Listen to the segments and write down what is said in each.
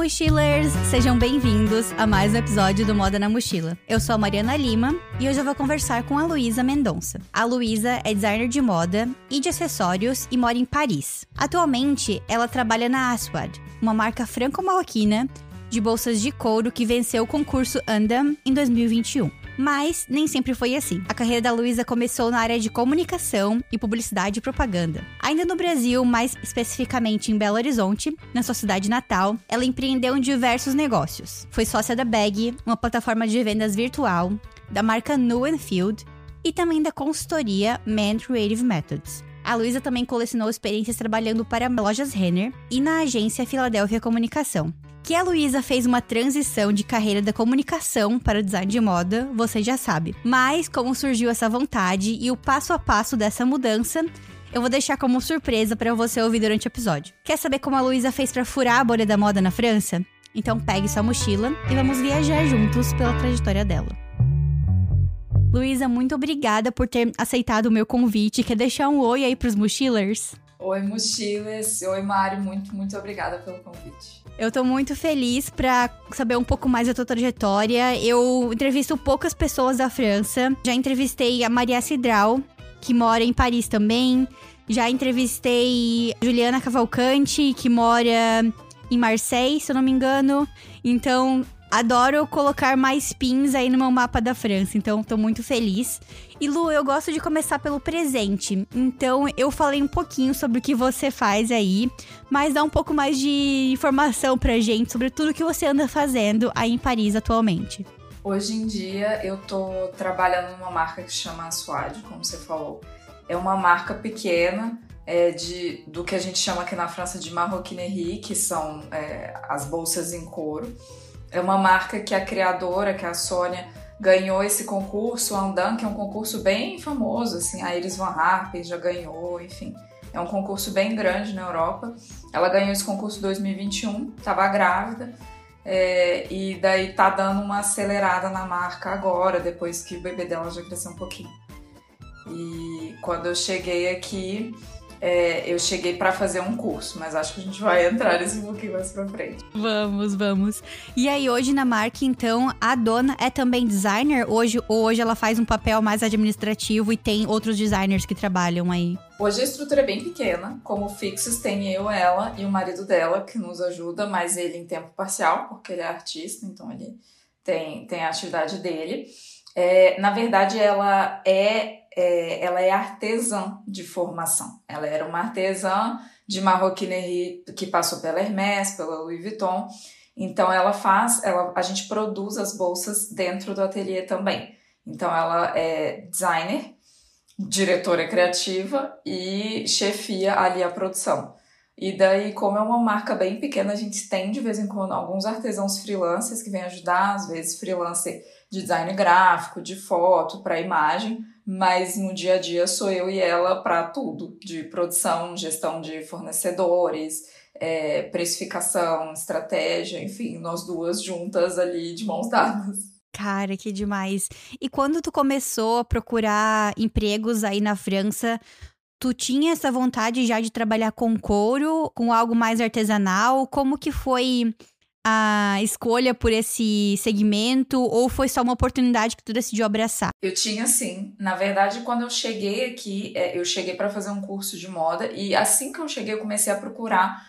mochilers! Sejam bem-vindos a mais um episódio do Moda na Mochila. Eu sou a Mariana Lima e hoje eu vou conversar com a Luísa Mendonça. A Luísa é designer de moda e de acessórios e mora em Paris. Atualmente, ela trabalha na Aswad, uma marca franco-marroquina de bolsas de couro que venceu o concurso Andam em 2021. Mas nem sempre foi assim. A carreira da Luísa começou na área de comunicação e publicidade e propaganda. Ainda no Brasil, mais especificamente em Belo Horizonte, na sua cidade natal, ela empreendeu em diversos negócios. Foi sócia da Bag, uma plataforma de vendas virtual, da marca New & Field e também da consultoria Man Creative Methods. A Luísa também colecionou experiências trabalhando para lojas Renner e na agência Philadelphia Comunicação. Que a Luísa fez uma transição de carreira da comunicação para o design de moda, você já sabe. Mas como surgiu essa vontade e o passo a passo dessa mudança, eu vou deixar como surpresa para você ouvir durante o episódio. Quer saber como a Luísa fez para furar a bolha da moda na França? Então pegue sua mochila e vamos viajar juntos pela trajetória dela. Luísa, muito obrigada por ter aceitado o meu convite. Quer deixar um oi aí pros mochilers? Oi, mochilas. Oi, Mari. Muito obrigada pelo convite. Eu tô muito feliz pra saber um pouco mais da tua trajetória. Eu entrevisto poucas pessoas da França. Já entrevistei a Maria Cidral, que mora em Paris também. Já entrevistei a Juliana Cavalcante, que mora em Marseille, se eu não me engano. Então, adoro colocar mais pins aí no meu mapa da França. Então, tô muito feliz. E Lu, eu gosto de começar pelo presente. Então, eu falei um pouquinho sobre o que você faz aí, mas dá um pouco mais de informação pra gente sobre tudo que você anda fazendo aí em Paris atualmente. Hoje em dia, eu tô trabalhando numa marca que se chama Aswad, como você falou. É uma marca pequena, do que a gente chama aqui na França de maroquinerie, que são as bolsas em couro. É uma marca que a criadora, que é a Sônia, ganhou esse concurso, o Andam, que é um concurso bem famoso, assim, a Iris Van Harpen já ganhou, enfim. É um concurso bem grande na Europa. Ela ganhou esse concurso em 2021, estava grávida, e daí tá dando uma acelerada na marca agora, depois que o bebê dela já cresceu um pouquinho. E quando eu cheguei aqui, eu cheguei para fazer um curso, mas acho que a gente vai entrar nesse um pouquinho mais pra frente. Vamos. E aí, hoje na marca, então, a dona é também designer? Hoje ela faz um papel mais administrativo e tem outros designers que trabalham aí? Hoje a estrutura é bem pequena. Como fixos, tem eu, ela e o marido dela, que nos ajuda, mas ele em tempo parcial, porque ele é artista, então ele tem a atividade dele. Na verdade, ela é artesã de formação. Ela era uma artesã de maroquinerie que passou pela Hermès, pela Louis Vuitton. Então, a gente produz as bolsas dentro do ateliê também. Então, ela é designer, diretora criativa e chefia ali a produção. E daí, como é uma marca bem pequena, a gente tem de vez em quando alguns artesãos freelancers que vêm ajudar, às vezes freelancer de design gráfico, de foto, para imagem, mas no dia a dia sou eu e ela para tudo, de produção, gestão de fornecedores, precificação, estratégia, enfim, nós duas juntas ali de mãos dadas. Cara, que demais. E quando tu começou a procurar empregos aí na França, tu tinha essa vontade já de trabalhar com couro, com algo mais artesanal? Como que foi a escolha por esse segmento, ou foi só uma oportunidade que tu decidiu abraçar? Eu tinha sim. Na verdade, quando eu cheguei aqui, eu cheguei para fazer um curso de moda e assim que eu cheguei eu comecei a procurar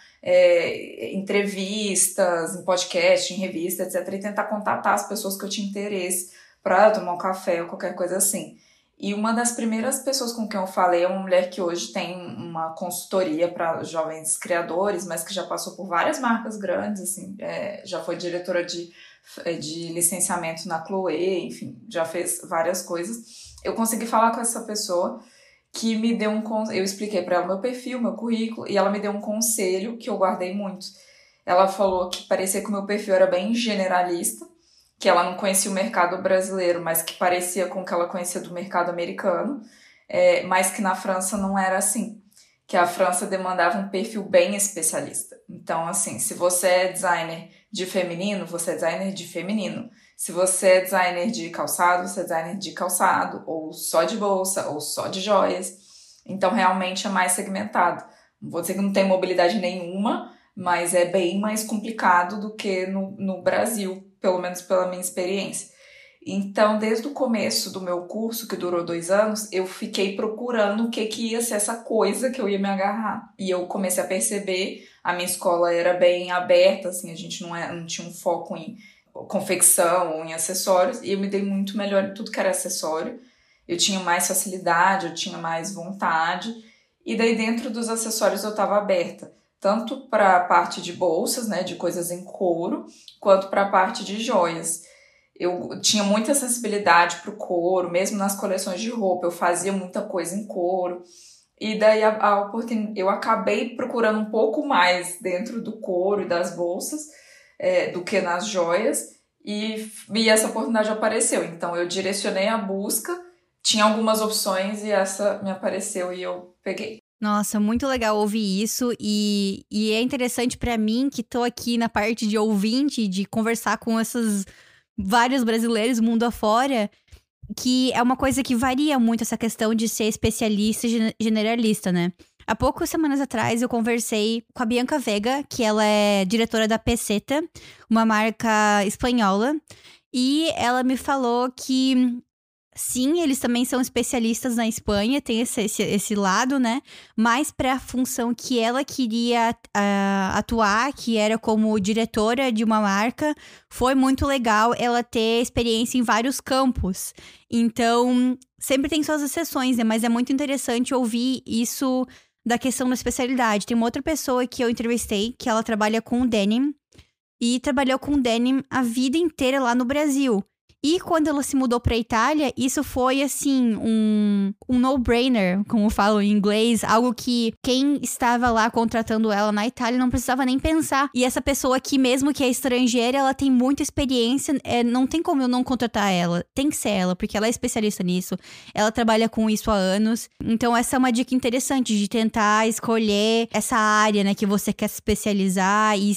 entrevistas, em podcast, em revista, etc. E tentar contatar as pessoas que eu tinha interesse para tomar um café ou qualquer coisa assim. E uma das primeiras pessoas com quem eu falei é uma mulher que hoje tem uma consultoria para jovens criadores, mas que já passou por várias marcas grandes, assim, já foi diretora de licenciamento na Chloé, enfim, já fez várias coisas. Eu consegui falar com essa pessoa que me deu eu expliquei para ela meu perfil, meu currículo, e ela me deu um conselho que eu guardei muito. Ela falou que parecia que o meu perfil era bem generalista, que ela não conhecia o mercado brasileiro, mas que parecia com o que ela conhecia do mercado americano, mas que na França não era assim, que a França demandava um perfil bem especialista. Então, assim, se você é designer de feminino, você é designer de feminino. Se você é designer de calçado, você é designer de calçado, ou só de bolsa, ou só de joias. Então, realmente é mais segmentado. Não vou dizer que não tem mobilidade nenhuma, mas é bem mais complicado do que no Brasil, pelo menos pela minha experiência. Então, desde o começo do meu curso, que durou 2 anos, eu fiquei procurando o que ia ser essa coisa que eu ia me agarrar. E eu comecei a perceber, a minha escola era bem aberta, assim, a gente não tinha um foco em confecção ou em acessórios, e eu me dei muito melhor em tudo que era acessório. Eu tinha mais facilidade, eu tinha mais vontade, e daí dentro dos acessórios eu estava aberta, tanto para a parte de bolsas, né, de coisas em couro, quanto para a parte de joias. Eu tinha muita sensibilidade para o couro, mesmo nas coleções de roupa, eu fazia muita coisa em couro. E daí eu acabei procurando um pouco mais dentro do couro e das bolsas do que nas joias, e essa oportunidade apareceu. Então eu direcionei a busca, tinha algumas opções e essa me apareceu e eu peguei. Nossa, muito legal ouvir isso e é interessante pra mim que tô aqui na parte de ouvinte, de conversar com esses vários brasileiros mundo afora, que é uma coisa que varia muito essa questão de ser especialista e generalista, né? Há poucas semanas atrás eu conversei com a Bianca Vega, que ela é diretora da Peseta, uma marca espanhola, e ela me falou que sim, eles também são especialistas na Espanha, tem esse lado, né? Mas para a função que ela queria atuar, que era como diretora de uma marca, foi muito legal ela ter experiência em vários campos. Então, sempre tem suas exceções, né? Mas é muito interessante ouvir isso da questão da especialidade. Tem uma outra pessoa que eu entrevistei, que ela trabalha com denim, e trabalhou com denim a vida inteira lá no Brasil. E quando ela se mudou pra Itália, isso foi, assim, um no-brainer, como falam em inglês. Algo que quem estava lá contratando ela na Itália não precisava nem pensar. E essa pessoa aqui, mesmo que é estrangeira, ela tem muita experiência. Não tem como eu não contratar ela. Tem que ser ela, porque ela é especialista nisso. Ela trabalha com isso há anos. Então, essa é uma dica interessante de tentar escolher essa área, né, que você quer se especializar e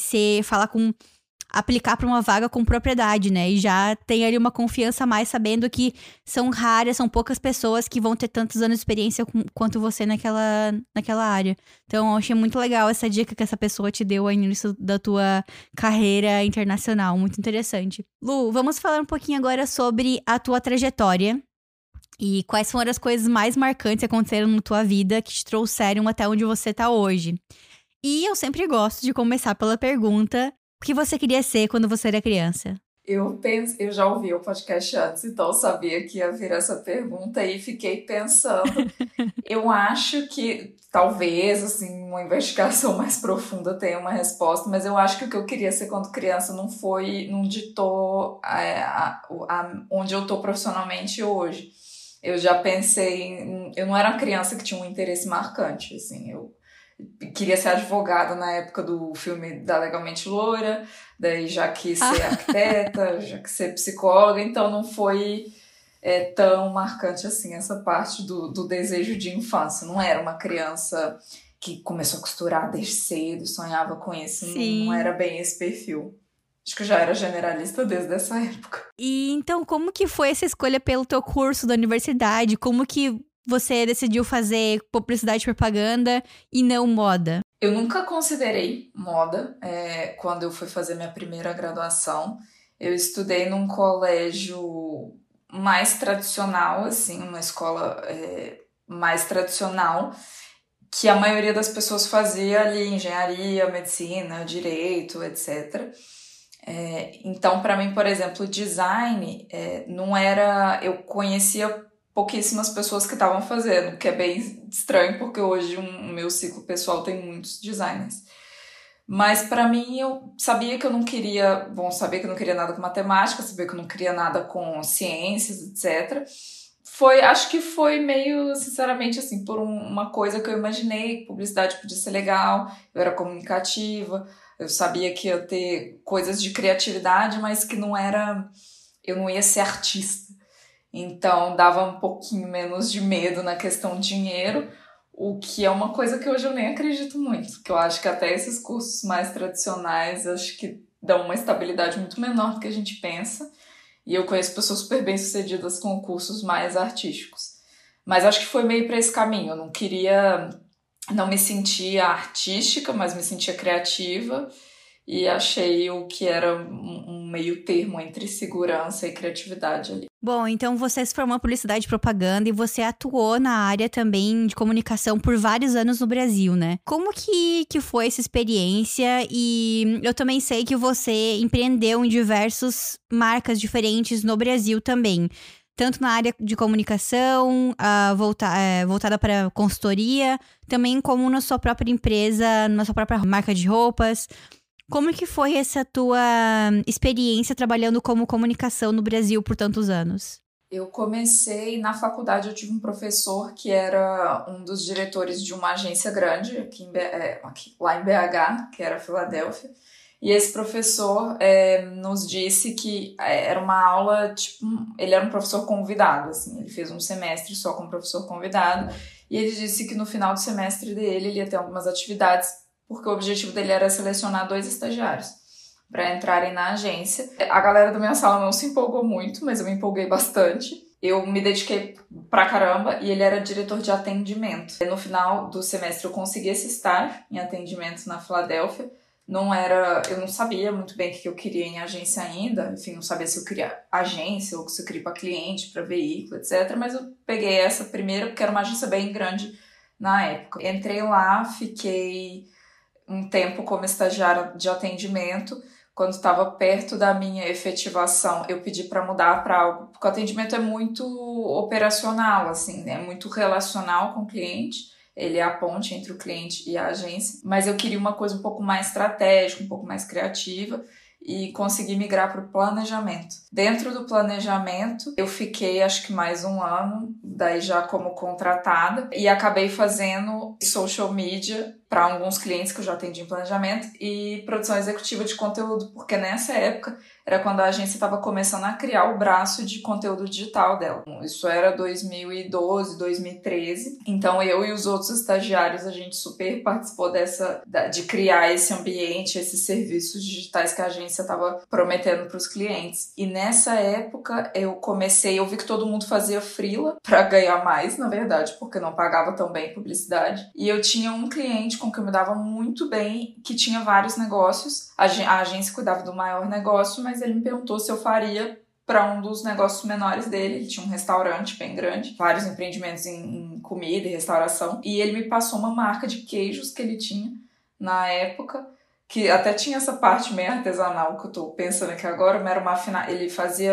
aplicar para uma vaga com propriedade, né? E já tem ali uma confiança a mais, sabendo que são raras, são poucas pessoas que vão ter tantos anos de experiência quanto você naquela área. Então, eu achei muito legal essa dica que essa pessoa te deu aí no início da tua carreira internacional. Muito interessante. Lu, vamos falar um pouquinho agora sobre a tua trajetória. E quais foram as coisas mais marcantes que aconteceram na tua vida que te trouxeram até onde você tá hoje. E eu sempre gosto de começar pela pergunta: o que você queria ser quando você era criança? Eu já ouvi o podcast antes, então eu sabia que ia vir essa pergunta e fiquei pensando. Eu acho que talvez, assim, uma investigação mais profunda tenha uma resposta, mas eu acho que o que eu queria ser quando criança não ditou onde eu tô profissionalmente hoje. Eu já pensei eu não era uma criança que tinha um interesse marcante, assim, eu queria ser advogada na época do filme da Legalmente Loura, daí já quis ser arquiteta, já quis ser psicóloga, então não foi tão marcante assim essa parte do desejo de infância. Não era uma criança que começou a costurar desde cedo, sonhava com isso, não era bem esse perfil. Acho que eu já era generalista desde essa época. E então, como que foi essa escolha pelo teu curso da universidade? Como que você decidiu fazer publicidade e propaganda e não moda? Eu nunca considerei moda quando eu fui fazer minha primeira graduação. Eu estudei num colégio mais tradicional, assim, uma escola mais tradicional, que a maioria das pessoas fazia ali engenharia, medicina, direito, etc. Então, para mim, por exemplo, design não era... Eu conhecia pouquíssimas pessoas que estavam fazendo, que é bem estranho, porque hoje o meu ciclo pessoal tem muitos designers. Mas para mim, eu sabia que eu não queria... Bom, sabia que eu não queria nada com matemática, sabia que eu não queria nada com ciências, etc. Acho que foi meio, sinceramente, assim, por uma coisa que eu imaginei, que publicidade podia ser legal, eu era comunicativa, eu sabia que ia ter coisas de criatividade, mas que não era... Eu não ia ser artista. Então, dava um pouquinho menos de medo na questão de dinheiro, o que é uma coisa que hoje eu nem acredito muito, que eu acho que até esses cursos mais tradicionais, acho que dão uma estabilidade muito menor do que a gente pensa, e eu conheço pessoas super bem-sucedidas com cursos mais artísticos. Mas acho que foi meio para esse caminho, eu não queria não me sentia artística, mas me sentia criativa. E achei o que era um meio termo entre segurança e criatividade ali. Bom, então você se formou em publicidade e propaganda e você atuou na área também de comunicação por vários anos no Brasil, né? Como que foi essa experiência? E eu também sei que você empreendeu em diversas marcas diferentes no Brasil também. Tanto na área de comunicação, voltada para consultoria, também como na sua própria empresa, na sua própria marca de roupas. Como que foi essa tua experiência trabalhando como comunicação no Brasil por tantos anos? Eu comecei na faculdade, eu tive um professor que era um dos diretores de uma agência grande lá em BH, que era Filadélfia. E esse professor nos disse que era uma aula, tipo, ele era um professor convidado, assim, ele fez um semestre só como professor convidado, e ele disse que no final do semestre dele ele ia ter algumas atividades, porque o objetivo dele era selecionar 2 estagiários para entrarem na agência. A galera da minha sala não se empolgou muito, mas eu me empolguei bastante. Eu me dediquei pra caramba e ele era diretor de atendimento. No final do semestre eu consegui esse estágio em atendimento na Filadélfia. Eu não sabia muito bem o que eu queria em agência ainda, enfim, não sabia se eu queria agência ou se eu queria para cliente, para veículo, etc. Mas eu peguei essa primeira porque era uma agência bem grande na época. Entrei lá, fiquei um tempo como estagiária de atendimento. Quando estava perto da minha efetivação, eu pedi para mudar para algo, porque o atendimento é muito operacional, assim, né? É muito relacional com o cliente. Ele é a ponte entre o cliente e a agência, mas eu queria uma coisa um pouco mais estratégica, um pouco mais criativa e consegui migrar para o planejamento. Dentro do planejamento, eu fiquei acho que mais um ano, daí já como contratada, e acabei fazendo social media para alguns clientes que eu já atendi em planejamento e produção executiva de conteúdo, porque nessa época era quando a agência estava começando a criar o braço de conteúdo digital dela. Isso era 2012, 2013. Então eu e os outros estagiários, a gente super participou de criar esse ambiente, esses serviços digitais que a agência estava prometendo para os clientes. E nessa época eu vi que todo mundo fazia freela para ganhar mais, na verdade, porque não pagava tão bem publicidade. E eu tinha um cliente com que eu me dava muito bem, que tinha vários negócios. A agência cuidava do maior negócio, mas ele me perguntou se eu faria para um dos negócios menores dele. Ele tinha um restaurante bem grande, vários empreendimentos em comida e restauração. E ele me passou uma marca de queijos que ele tinha na época, que até tinha essa parte meio artesanal que eu tô pensando aqui agora, mas era ele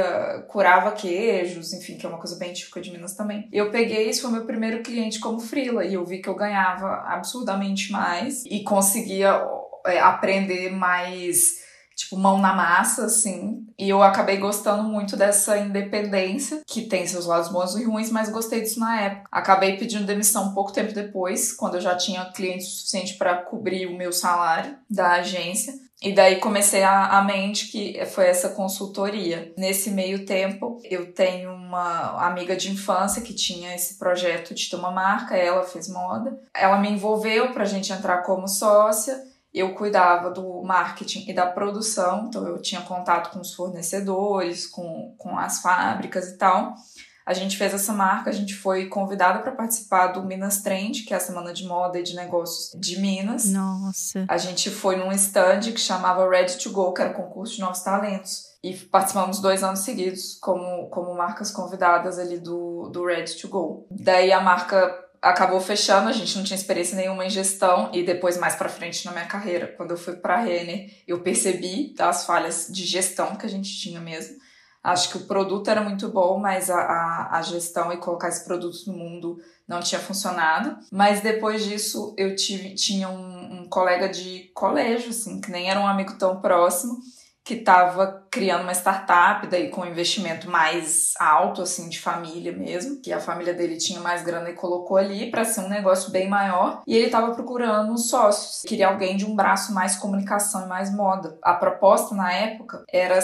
curava queijos, enfim, que é uma coisa bem típica de Minas também. Eu peguei, esse foi meu primeiro cliente como freela, e eu vi que eu ganhava absurdamente mais e conseguia aprender mais, tipo, mão na massa, assim. E eu acabei gostando muito dessa independência, que tem seus lados bons e ruins, mas gostei disso na época. Acabei pedindo demissão um pouco tempo depois, quando eu já tinha cliente suficiente para cobrir o meu salário da agência. E daí comecei a mente que foi essa consultoria. Nesse meio tempo, eu tenho uma amiga de infância que tinha esse projeto de ter uma marca, ela fez moda. Ela me envolveu pra gente entrar como sócia. Eu cuidava do marketing e da produção, então eu tinha contato com os fornecedores, com as fábricas e tal. A gente fez essa marca, a gente foi convidada para participar do Minas Trend, que é a semana de moda e de negócios de Minas. Nossa! A gente foi num stand que chamava Ready to Go, que era o concurso de novos talentos. E participamos 2 anos seguidos como marcas convidadas ali do Ready to Go. Daí a marca acabou fechando, a gente não tinha experiência nenhuma em gestão, e depois, mais pra frente na minha carreira, quando eu fui pra Renner, eu percebi as falhas de gestão que a gente tinha mesmo. Acho que o produto era muito bom, mas a gestão e colocar esse produto no mundo não tinha funcionado. Mas depois disso, eu tinha um colega de colégio, assim, que nem era um amigo tão próximo, que estava criando uma startup, daí com um investimento mais alto, assim, de família mesmo, que a família dele tinha mais grana e colocou ali para ser um negócio bem maior, e ele estava procurando sócios, queria alguém de um braço mais comunicação e mais moda. A proposta na época era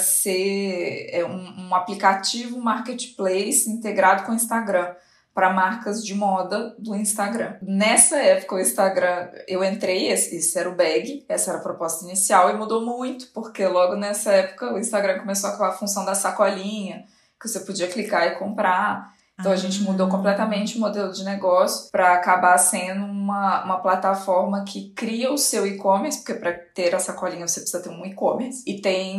ser um aplicativo marketplace integrado com o Instagram, para marcas de moda do Instagram. Nessa época, o Instagram, eu entrei, esse era o bag, essa era a proposta inicial, e mudou muito, porque logo nessa época o Instagram começou com a função da sacolinha, que você podia clicar e comprar. Então a gente mudou completamente o modelo de negócio para acabar sendo uma plataforma que cria o seu e-commerce, porque para ter a sacolinha você precisa ter um e-commerce. E tem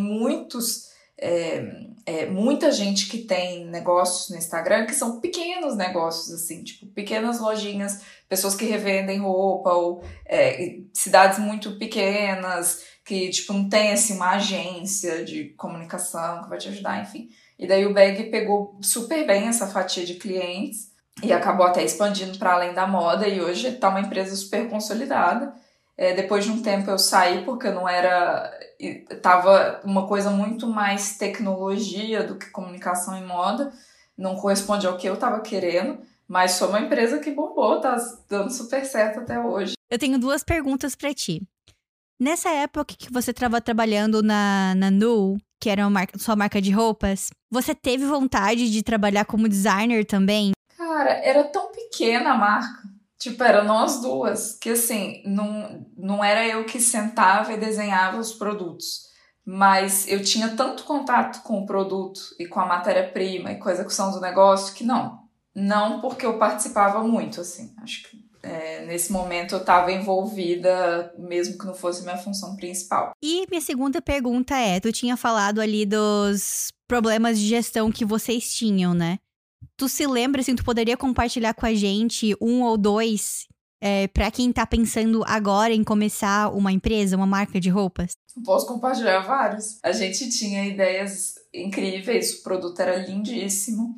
muita gente que tem negócios no Instagram que são pequenos negócios, assim, tipo pequenas lojinhas, pessoas que revendem roupa, ou cidades muito pequenas, que tipo, não tem assim, uma agência de comunicação que vai te ajudar, enfim. E daí o Bag pegou super bem essa fatia de clientes e acabou até expandindo para além da moda, e hoje está uma empresa super consolidada. Depois de um tempo eu saí porque não era... Tava uma coisa muito mais tecnologia do que comunicação e moda, não corresponde ao que eu estava querendo, mas foi uma empresa que bombou, tá dando super certo até hoje. Eu tenho 2 perguntas para ti. Nessa época que você estava trabalhando na Nu, que era sua marca de roupas, você teve vontade de trabalhar como designer também? Cara, era tão pequena a marca. Tipo, era nós duas, que assim, não era eu que sentava e desenhava os produtos. Mas eu tinha tanto contato com o produto e com a matéria-prima e com a execução do negócio que não. Não porque eu participava muito, assim. Acho que nesse momento eu estava envolvida, mesmo que não fosse minha função principal. E minha segunda pergunta tu tinha falado ali dos problemas de gestão que vocês tinham, né? Tu se lembra, assim, tu poderia compartilhar com a gente 1 ou 2 pra quem tá pensando agora em começar uma empresa, uma marca de roupas? Posso compartilhar vários. A gente tinha ideias incríveis, o produto era lindíssimo.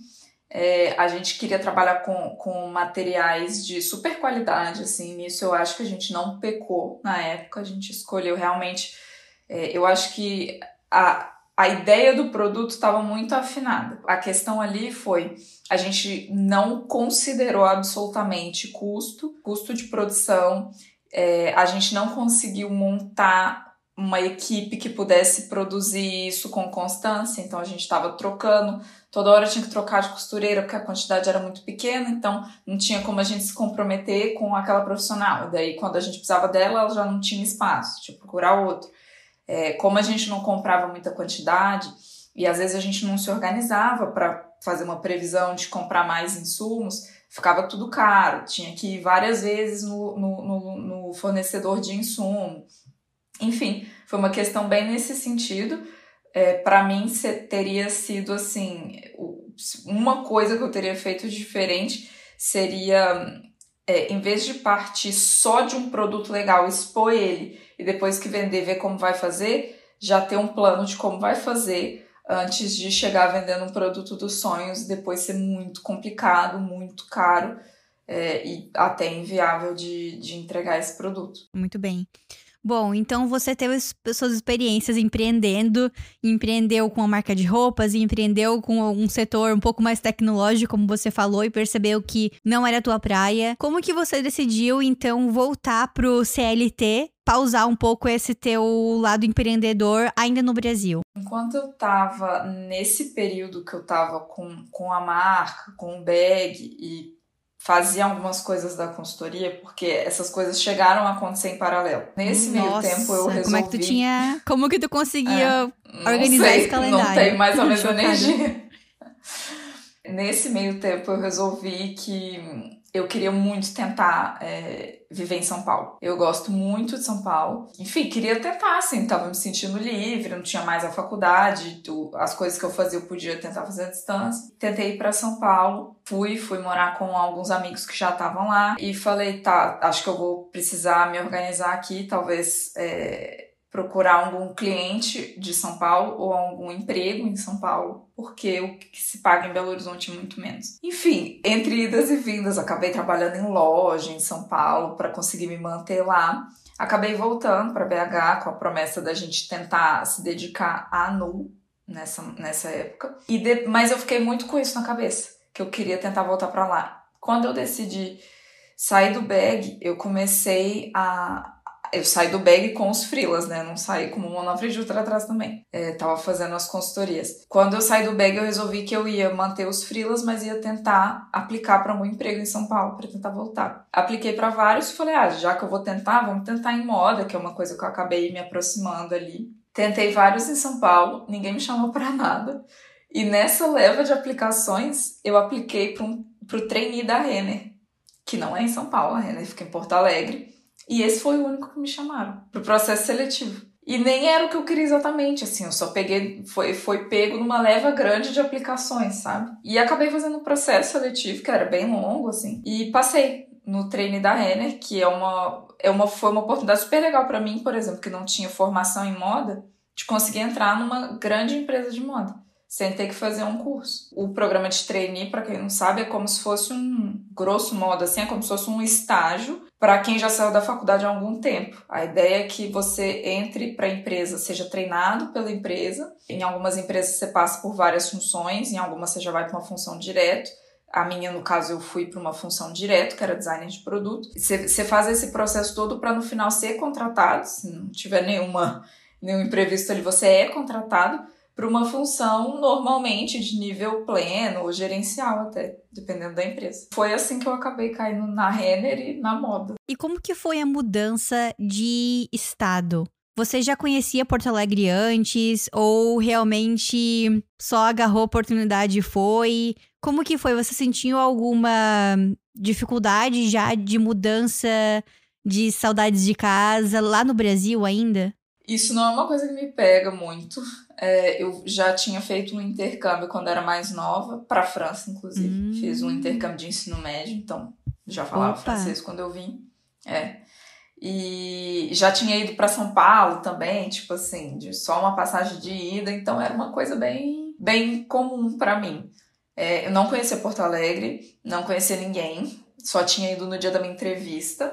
A gente queria trabalhar com materiais de super qualidade, assim, nisso eu acho que a gente não pecou na época, a gente escolheu realmente, eu acho que a ideia do produto estava muito afinada. A questão ali foi, a gente não considerou absolutamente custo de produção, a gente não conseguiu montar uma equipe que pudesse produzir isso com constância, então a gente estava trocando, toda hora tinha que trocar de costureira porque a quantidade era muito pequena, então não tinha como a gente se comprometer com aquela profissional. E daí quando a gente precisava dela, ela já não tinha espaço, tinha que procurar outro. Como a gente não comprava muita quantidade e às vezes a gente não se organizava para fazer uma previsão de comprar mais insumos, ficava tudo caro, tinha que ir várias vezes no fornecedor de insumo. Enfim, foi uma questão bem nesse sentido. Para mim, teria sido assim, uma coisa que eu teria feito diferente seria, em vez de partir só de um produto legal, expor ele e depois que vender, ver como vai fazer, já ter um plano de como vai fazer antes de chegar vendendo um produto dos sonhos e depois ser muito complicado, muito caro e até inviável de entregar esse produto. Muito bem. Bom, então você teve suas experiências empreendeu com a marca de roupas e empreendeu com um setor um pouco mais tecnológico, como você falou, e percebeu que não era a tua praia. Como que você decidiu, então, voltar pro CLT, pausar um pouco esse teu lado empreendedor ainda no Brasil? Enquanto eu tava nesse período que eu tava com a marca, com o Bag e fazia algumas coisas da consultoria, porque essas coisas chegaram a acontecer em paralelo. Nesse meio tempo eu resolvi... Como que tu conseguia organizar esse calendário? Não tem mais a mesma energia. Nesse meio tempo eu resolvi que eu queria muito tentar viver em São Paulo. Eu gosto muito de São Paulo. Enfim, queria tentar, assim, tava me sentindo livre, não tinha mais a faculdade, as coisas que eu fazia eu podia tentar fazer à distância. Tentei ir pra São Paulo, fui morar com alguns amigos que já estavam lá e falei, tá, acho que eu vou precisar me organizar aqui, talvez procurar algum cliente de São Paulo ou algum emprego em São Paulo, porque o que se paga em Belo Horizonte é muito menos. Enfim, entre idas e vindas, acabei trabalhando em loja em São Paulo para conseguir me manter lá. Acabei voltando para BH com a promessa da gente tentar se dedicar à Nu nessa época. Mas eu fiquei muito com isso na cabeça, que eu queria tentar voltar para lá. Quando eu decidi sair do Bag, eu saí do Bag com os freelas, né? Não saí como uma na frente e outra atrás também. Tava fazendo as consultorias. Quando eu saí do Bag, eu resolvi que eu ia manter os freelas, mas ia tentar aplicar para um emprego em São Paulo, para tentar voltar. Apliquei para vários e falei, já que eu vou tentar, vamos tentar em moda, que é uma coisa que eu acabei me aproximando ali. Tentei vários em São Paulo, ninguém me chamou para nada. E nessa leva de aplicações, eu apliquei pro trainee da Renner, que não é em São Paulo, a Renner fica em Porto Alegre. E esse foi o único que me chamaram pro processo seletivo. E nem era o que eu queria exatamente, assim, eu só peguei, foi pego numa leva grande de aplicações, sabe? E acabei fazendo um processo seletivo, que era bem longo, assim, e passei no trainee da Renner, que foi uma oportunidade super legal pra mim, por exemplo, que não tinha formação em moda, de conseguir entrar numa grande empresa de moda, sem ter que fazer um curso. O programa de trainee, pra quem não sabe, é como se fosse grosso modo, assim, é como se fosse um estágio para quem já saiu da faculdade há algum tempo. A ideia é que você entre para a empresa, seja treinado pela empresa. Em algumas empresas você passa por várias funções, em algumas você já vai para uma função direto. A minha, no caso, eu fui para uma função direto, que era designer de produto. Você faz esse processo todo para no final ser contratado. Se não tiver nenhum imprevisto ali, você é contratado para uma função normalmente de nível pleno ou gerencial até, dependendo da empresa. Foi assim que eu acabei caindo na Renner e na moda. E como que foi a mudança de estado? Você já conhecia Porto Alegre antes ou realmente só agarrou a oportunidade e foi? Como que foi? Você sentiu alguma dificuldade já de mudança, de saudades de casa lá no Brasil ainda? Isso não é uma coisa que me pega muito. Eu já tinha feito um intercâmbio quando era mais nova, para a França, inclusive. Fiz um intercâmbio de ensino médio, então já falava francês quando eu vim. E já tinha ido para São Paulo também, tipo assim, de só uma passagem de ida, então era uma coisa bem, bem comum para mim. Eu não conhecia Porto Alegre, não conhecia ninguém, só tinha ido no dia da minha entrevista.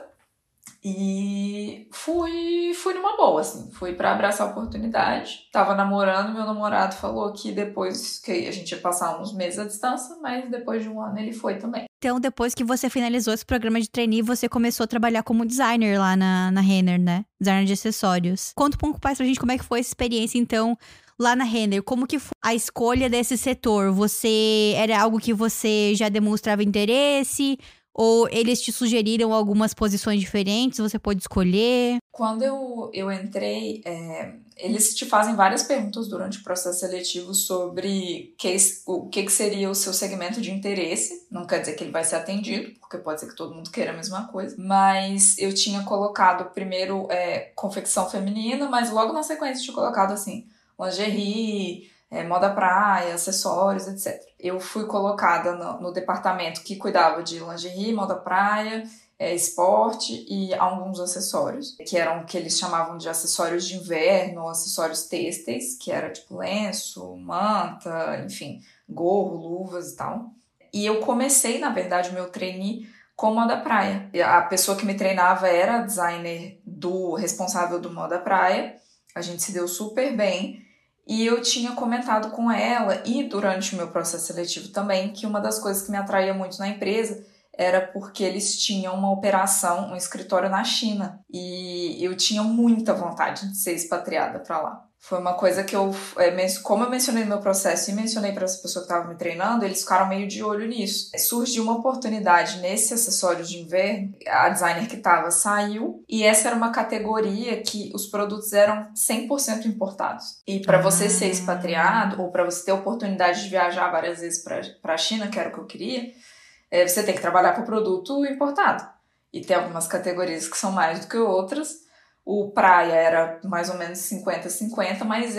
E fui numa boa, assim. Fui pra abraçar a oportunidade. Tava namorando, meu namorado falou que depois que a gente ia passar uns meses à distância, mas depois de um ano ele foi também. Então, depois que você finalizou esse programa de trainee, você começou a trabalhar como designer lá na Renner, né? Designer de acessórios. Conta um pouco mais pra gente como é que foi essa experiência, então, lá na Renner. Como que foi a escolha desse setor? Era algo que você já demonstrava interesse? Ou eles te sugeriram algumas posições diferentes, você pôde escolher? Quando eu entrei, eles te fazem várias perguntas durante o processo seletivo sobre o que seria o seu segmento de interesse. Não quer dizer que ele vai ser atendido, porque pode ser que todo mundo queira a mesma coisa. Mas eu tinha colocado primeiro confecção feminina, mas logo na sequência eu tinha colocado assim, lingerie, moda praia, acessórios, etc. Eu fui colocada no departamento que cuidava de lingerie, moda praia, esporte e alguns acessórios, que eram o que eles chamavam de acessórios de inverno ou acessórios têxteis, que era tipo lenço, manta, enfim, gorro, luvas e tal. E eu comecei, na verdade, o meu trainee com moda praia. A pessoa que me treinava era a designer responsável do moda praia. A gente se deu super bem. E eu tinha comentado com ela, e durante o meu processo seletivo também, que uma das coisas que me atraía muito na empresa era porque eles tinham uma operação, um escritório na China. E eu tinha muita vontade de ser expatriada para lá. Foi uma coisa que como eu mencionei no meu processo e mencionei para essa pessoa que estava me treinando, eles ficaram meio de olho nisso. Surgiu uma oportunidade nesse acessório de inverno, a designer que estava saiu, e essa era uma categoria que os produtos eram 100% importados. E para você ser expatriado, ou para você ter a oportunidade de viajar várias vezes para a China, que era o que eu queria, você tem que trabalhar com produto importado. E tem algumas categorias que são mais do que outras. O praia era mais ou menos 50-50, mas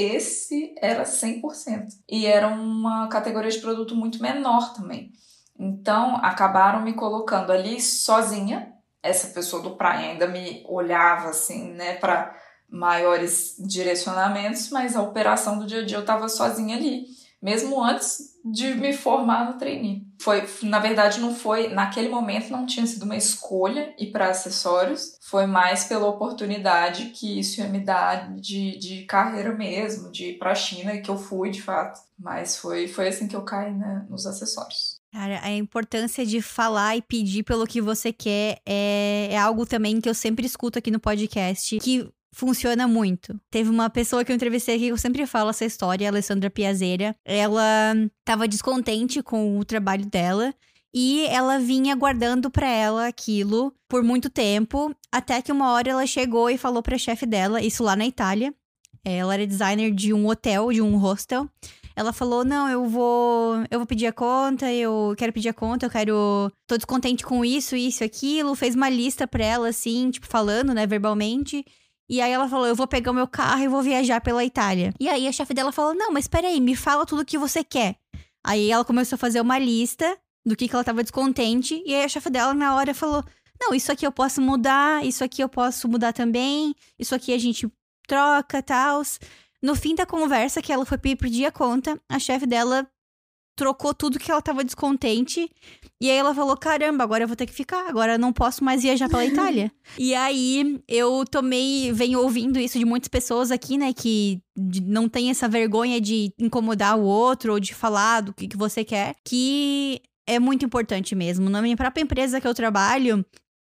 esse era 100%. E era uma categoria de produto muito menor também. Então, acabaram me colocando ali sozinha. Essa pessoa do praia ainda me olhava assim, né, para maiores direcionamentos, mas a operação do dia a dia eu estava sozinha ali, mesmo antes de me formar no trainee. Na verdade, não foi, naquele momento não tinha sido uma escolha ir para acessórios, foi mais pela oportunidade que isso ia me dar de carreira mesmo, de ir para a China, e que eu fui de fato. Mas foi assim que eu caí, né, nos acessórios. Cara, a importância de falar e pedir pelo que você quer é algo também que eu sempre escuto aqui no podcast, que funciona muito. Teve uma pessoa que eu entrevistei aqui que eu sempre falo essa história, a Alessandra Piazeira. Ela tava descontente com o trabalho dela e ela vinha guardando pra ela aquilo por muito tempo, até que uma hora ela chegou e falou pra chefe dela, isso lá na Itália. Ela era designer de um hotel, de um hostel. Ela falou, não, eu vou pedir a conta, eu quero pedir a conta, tô descontente com isso, aquilo. Fez uma lista pra ela, assim, tipo, falando, né, verbalmente. E aí ela falou, eu vou pegar o meu carro e vou viajar pela Itália. E aí a chefe dela falou, não, mas peraí, me fala tudo o que você quer. Aí ela começou a fazer uma lista do que ela tava descontente. E aí a chefe dela na hora falou, não, isso aqui eu posso mudar, isso aqui eu posso mudar também. Isso aqui a gente troca e tal. No fim da conversa que ela foi pedir a conta, a chefe dela trocou tudo que ela tava descontente. E aí ela falou, caramba, agora eu vou ter que ficar. Agora eu não posso mais viajar pela Itália. E aí eu venho ouvindo isso de muitas pessoas aqui, né? Que não tem essa vergonha de incomodar o outro ou de falar do que você quer. Que é muito importante mesmo. Na minha própria empresa que eu trabalho,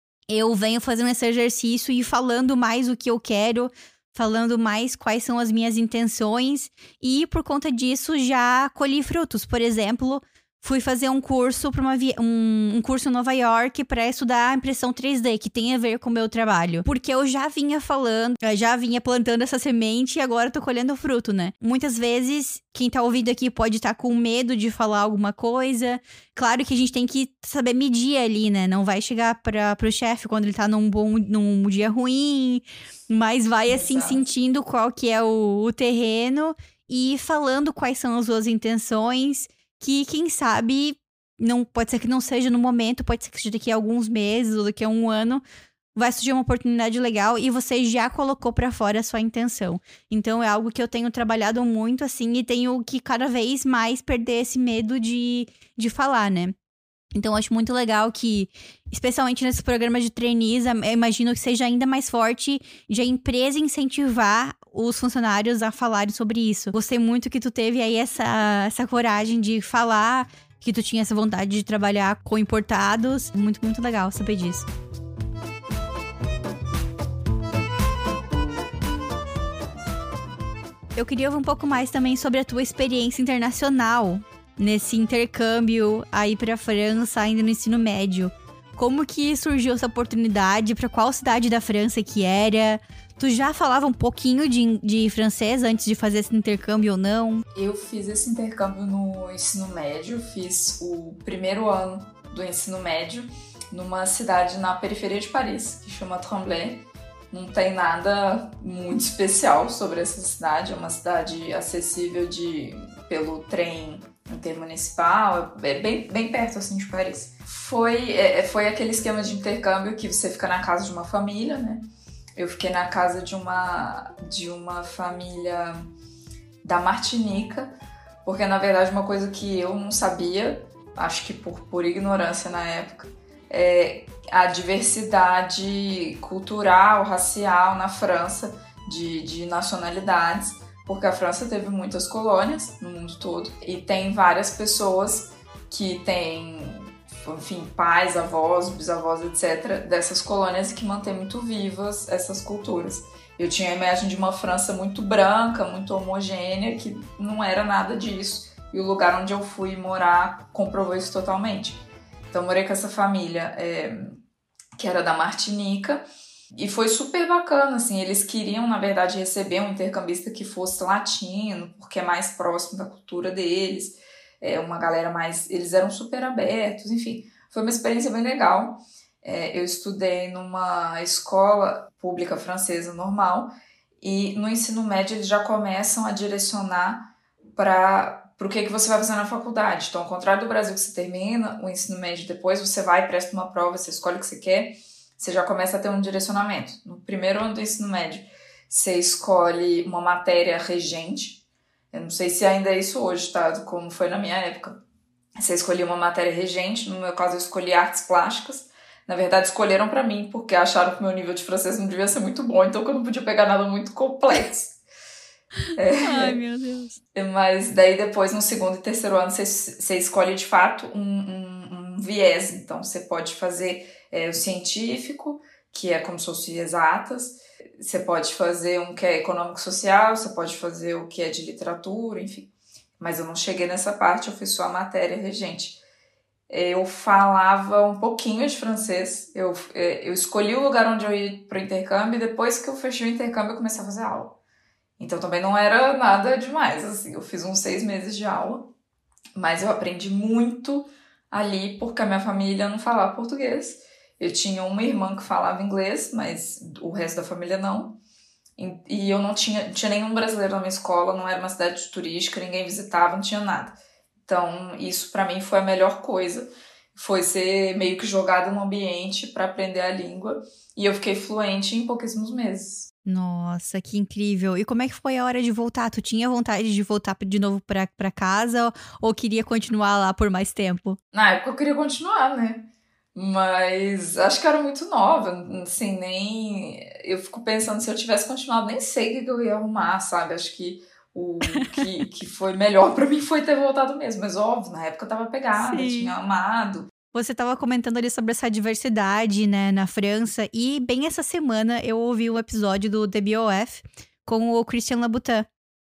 eu venho fazendo esse exercício e falando mais o que eu quero, falando mais quais são as minhas intenções, e por conta disso já colhi frutos. Por exemplo, fui fazer um curso para um curso em Nova York para estudar impressão 3D, que tem a ver com o meu trabalho. Porque eu já vinha falando, já vinha plantando essa semente e agora tô colhendo o fruto, né? Muitas vezes, quem tá ouvindo aqui pode estar com medo de falar alguma coisa. Claro que a gente tem que saber medir ali, né? Não vai chegar pro chefe quando ele tá num dia ruim, mas vai, assim, Exato. Sentindo qual que é o terreno e falando quais são as suas intenções, que, quem sabe, pode ser que não seja no momento, pode ser que seja daqui a alguns meses ou daqui a um ano, vai surgir uma oportunidade legal e você já colocou pra fora a sua intenção. Então, é algo que eu tenho trabalhado muito, assim, e tenho que cada vez mais perder esse medo de falar, né? Então, eu acho muito legal que, especialmente nesses programas de trainees, eu imagino que seja ainda mais forte de a empresa incentivar os funcionários a falarem sobre isso. Gostei muito que tu teve aí essa coragem de falar, que tu tinha essa vontade de trabalhar com importados. Muito, muito legal saber disso. Eu queria ouvir um pouco mais também sobre a tua experiência internacional nesse intercâmbio aí pra França, ainda no ensino médio. Como que surgiu essa oportunidade? Pra qual cidade da França que era? Tu já falava um pouquinho de francês antes de fazer esse intercâmbio ou não? Eu fiz esse intercâmbio no ensino médio, fiz o primeiro ano do ensino médio numa cidade na periferia de Paris, que chama Tremblay. Não tem nada muito especial sobre essa cidade, é uma cidade acessível pelo trem intermunicipal, é bem perto assim de Paris. Foi aquele esquema de intercâmbio que você fica na casa de uma família, né? Eu fiquei na casa de uma família da Martinica, porque na verdade uma coisa que eu não sabia, acho que por ignorância na época, é a diversidade cultural, racial na França, de nacionalidades, porque a França teve muitas colônias no mundo todo e tem várias pessoas que têm, enfim, pais, avós, bisavós, etc., dessas colônias que mantêm muito vivas essas culturas. Eu tinha a imagem de uma França muito branca, muito homogênea, que não era nada disso. E o lugar onde eu fui morar comprovou isso totalmente. Então, eu morei com essa família que era da Martinica, e foi super bacana, assim, eles queriam, na verdade, receber um intercambista que fosse latino, porque é mais próximo da cultura deles, uma galera mais... Eles eram super abertos, enfim, foi uma experiência bem legal. Eu estudei numa escola pública francesa normal, e no ensino médio eles já começam a direcionar para o que você vai fazer na faculdade. Então, ao contrário do Brasil, que você termina o ensino médio, depois você vai, presta uma prova, você escolhe o que você quer, você já começa a ter um direcionamento. No primeiro ano do ensino médio, você escolhe uma matéria regente. Eu não sei se ainda é isso hoje, tá? Como foi na minha época. Você escolhia uma matéria regente, no meu caso eu escolhi artes plásticas. Na verdade, escolheram pra mim, porque acharam que meu nível de francês não devia ser muito bom, então que eu não podia pegar nada muito complexo. Ai, meu Deus. Mas daí depois, no segundo e terceiro ano, você escolhe de fato um viés. Então, você pode fazer o científico, que é como se fosse exatas. Você pode fazer um que é econômico-social, você pode fazer o que é de literatura, enfim. Mas eu não cheguei nessa parte, eu fiz só a matéria regente. Eu falava um pouquinho de francês. Eu escolhi o lugar onde eu ia para o intercâmbio, e depois que eu fechei o intercâmbio, eu comecei a fazer aula. Então também não era nada demais, assim. Eu fiz uns 6 meses de aula, mas eu aprendi muito ali porque a minha família não falava português. Eu tinha uma irmã que falava inglês, mas o resto da família não. E eu não tinha nenhum brasileiro na minha escola, não era uma cidade turística, ninguém visitava, não tinha nada. Então, isso pra mim foi a melhor coisa. Foi ser meio que jogada no ambiente para aprender a língua. E eu fiquei fluente em pouquíssimos meses. Nossa, que incrível. E como é que foi a hora de voltar? Tu tinha vontade de voltar de novo pra casa ou queria continuar lá por mais tempo? Na época eu queria continuar, né? Mas acho que eu era muito nova, assim, nem... Eu fico pensando, se eu tivesse continuado, nem sei o que eu ia arrumar, sabe? Acho que o que foi melhor pra mim foi ter voltado mesmo. Mas óbvio, na época eu tava pegada, Sim. tinha amado. Você estava comentando ali sobre essa diversidade, né, na França. E bem essa semana eu ouvi um episódio do The BOF com o Christian Louboutin.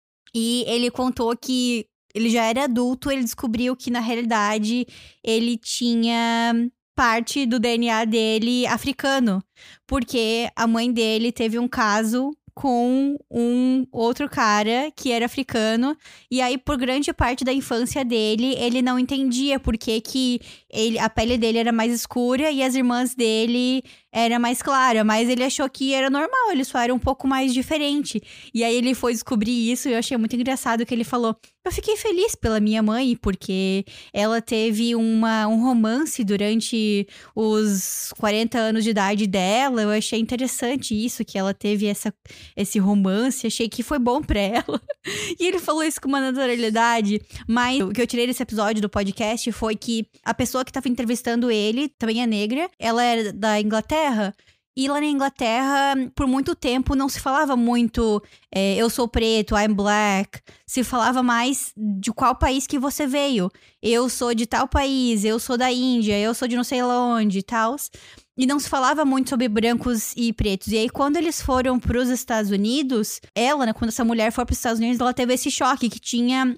E ele contou que ele já era adulto, ele descobriu que na realidade ele tinha parte do DNA dele africano. Porque a mãe dele teve um caso com um outro cara que era africano. E aí, por grande parte da infância dele, ele não entendia por que a pele dele era mais escura e as irmãs dele era mais clara. Mas ele achou que era normal, ele só era um pouco mais diferente. E aí ele foi descobrir isso e eu achei muito engraçado que ele falou: eu fiquei feliz pela minha mãe, porque ela teve um romance durante os 40 anos de idade dela. Eu achei interessante isso, que ela teve esse romance. Achei que foi bom pra ela. E ele falou isso com uma naturalidade. Mas o que eu tirei desse episódio do podcast foi que a pessoa que tava entrevistando ele também é negra. Ela é da Inglaterra. E lá na Inglaterra, por muito tempo, não se falava muito eu sou preto, I'm black. Se falava mais de qual país que você veio. Eu sou de tal país, eu sou da Índia, eu sou de não sei lá onde e tal. E não se falava muito sobre brancos e pretos. E aí, quando eles foram pros Estados Unidos, ela, né, quando essa mulher foi pros Estados Unidos, ela teve esse choque, que tinha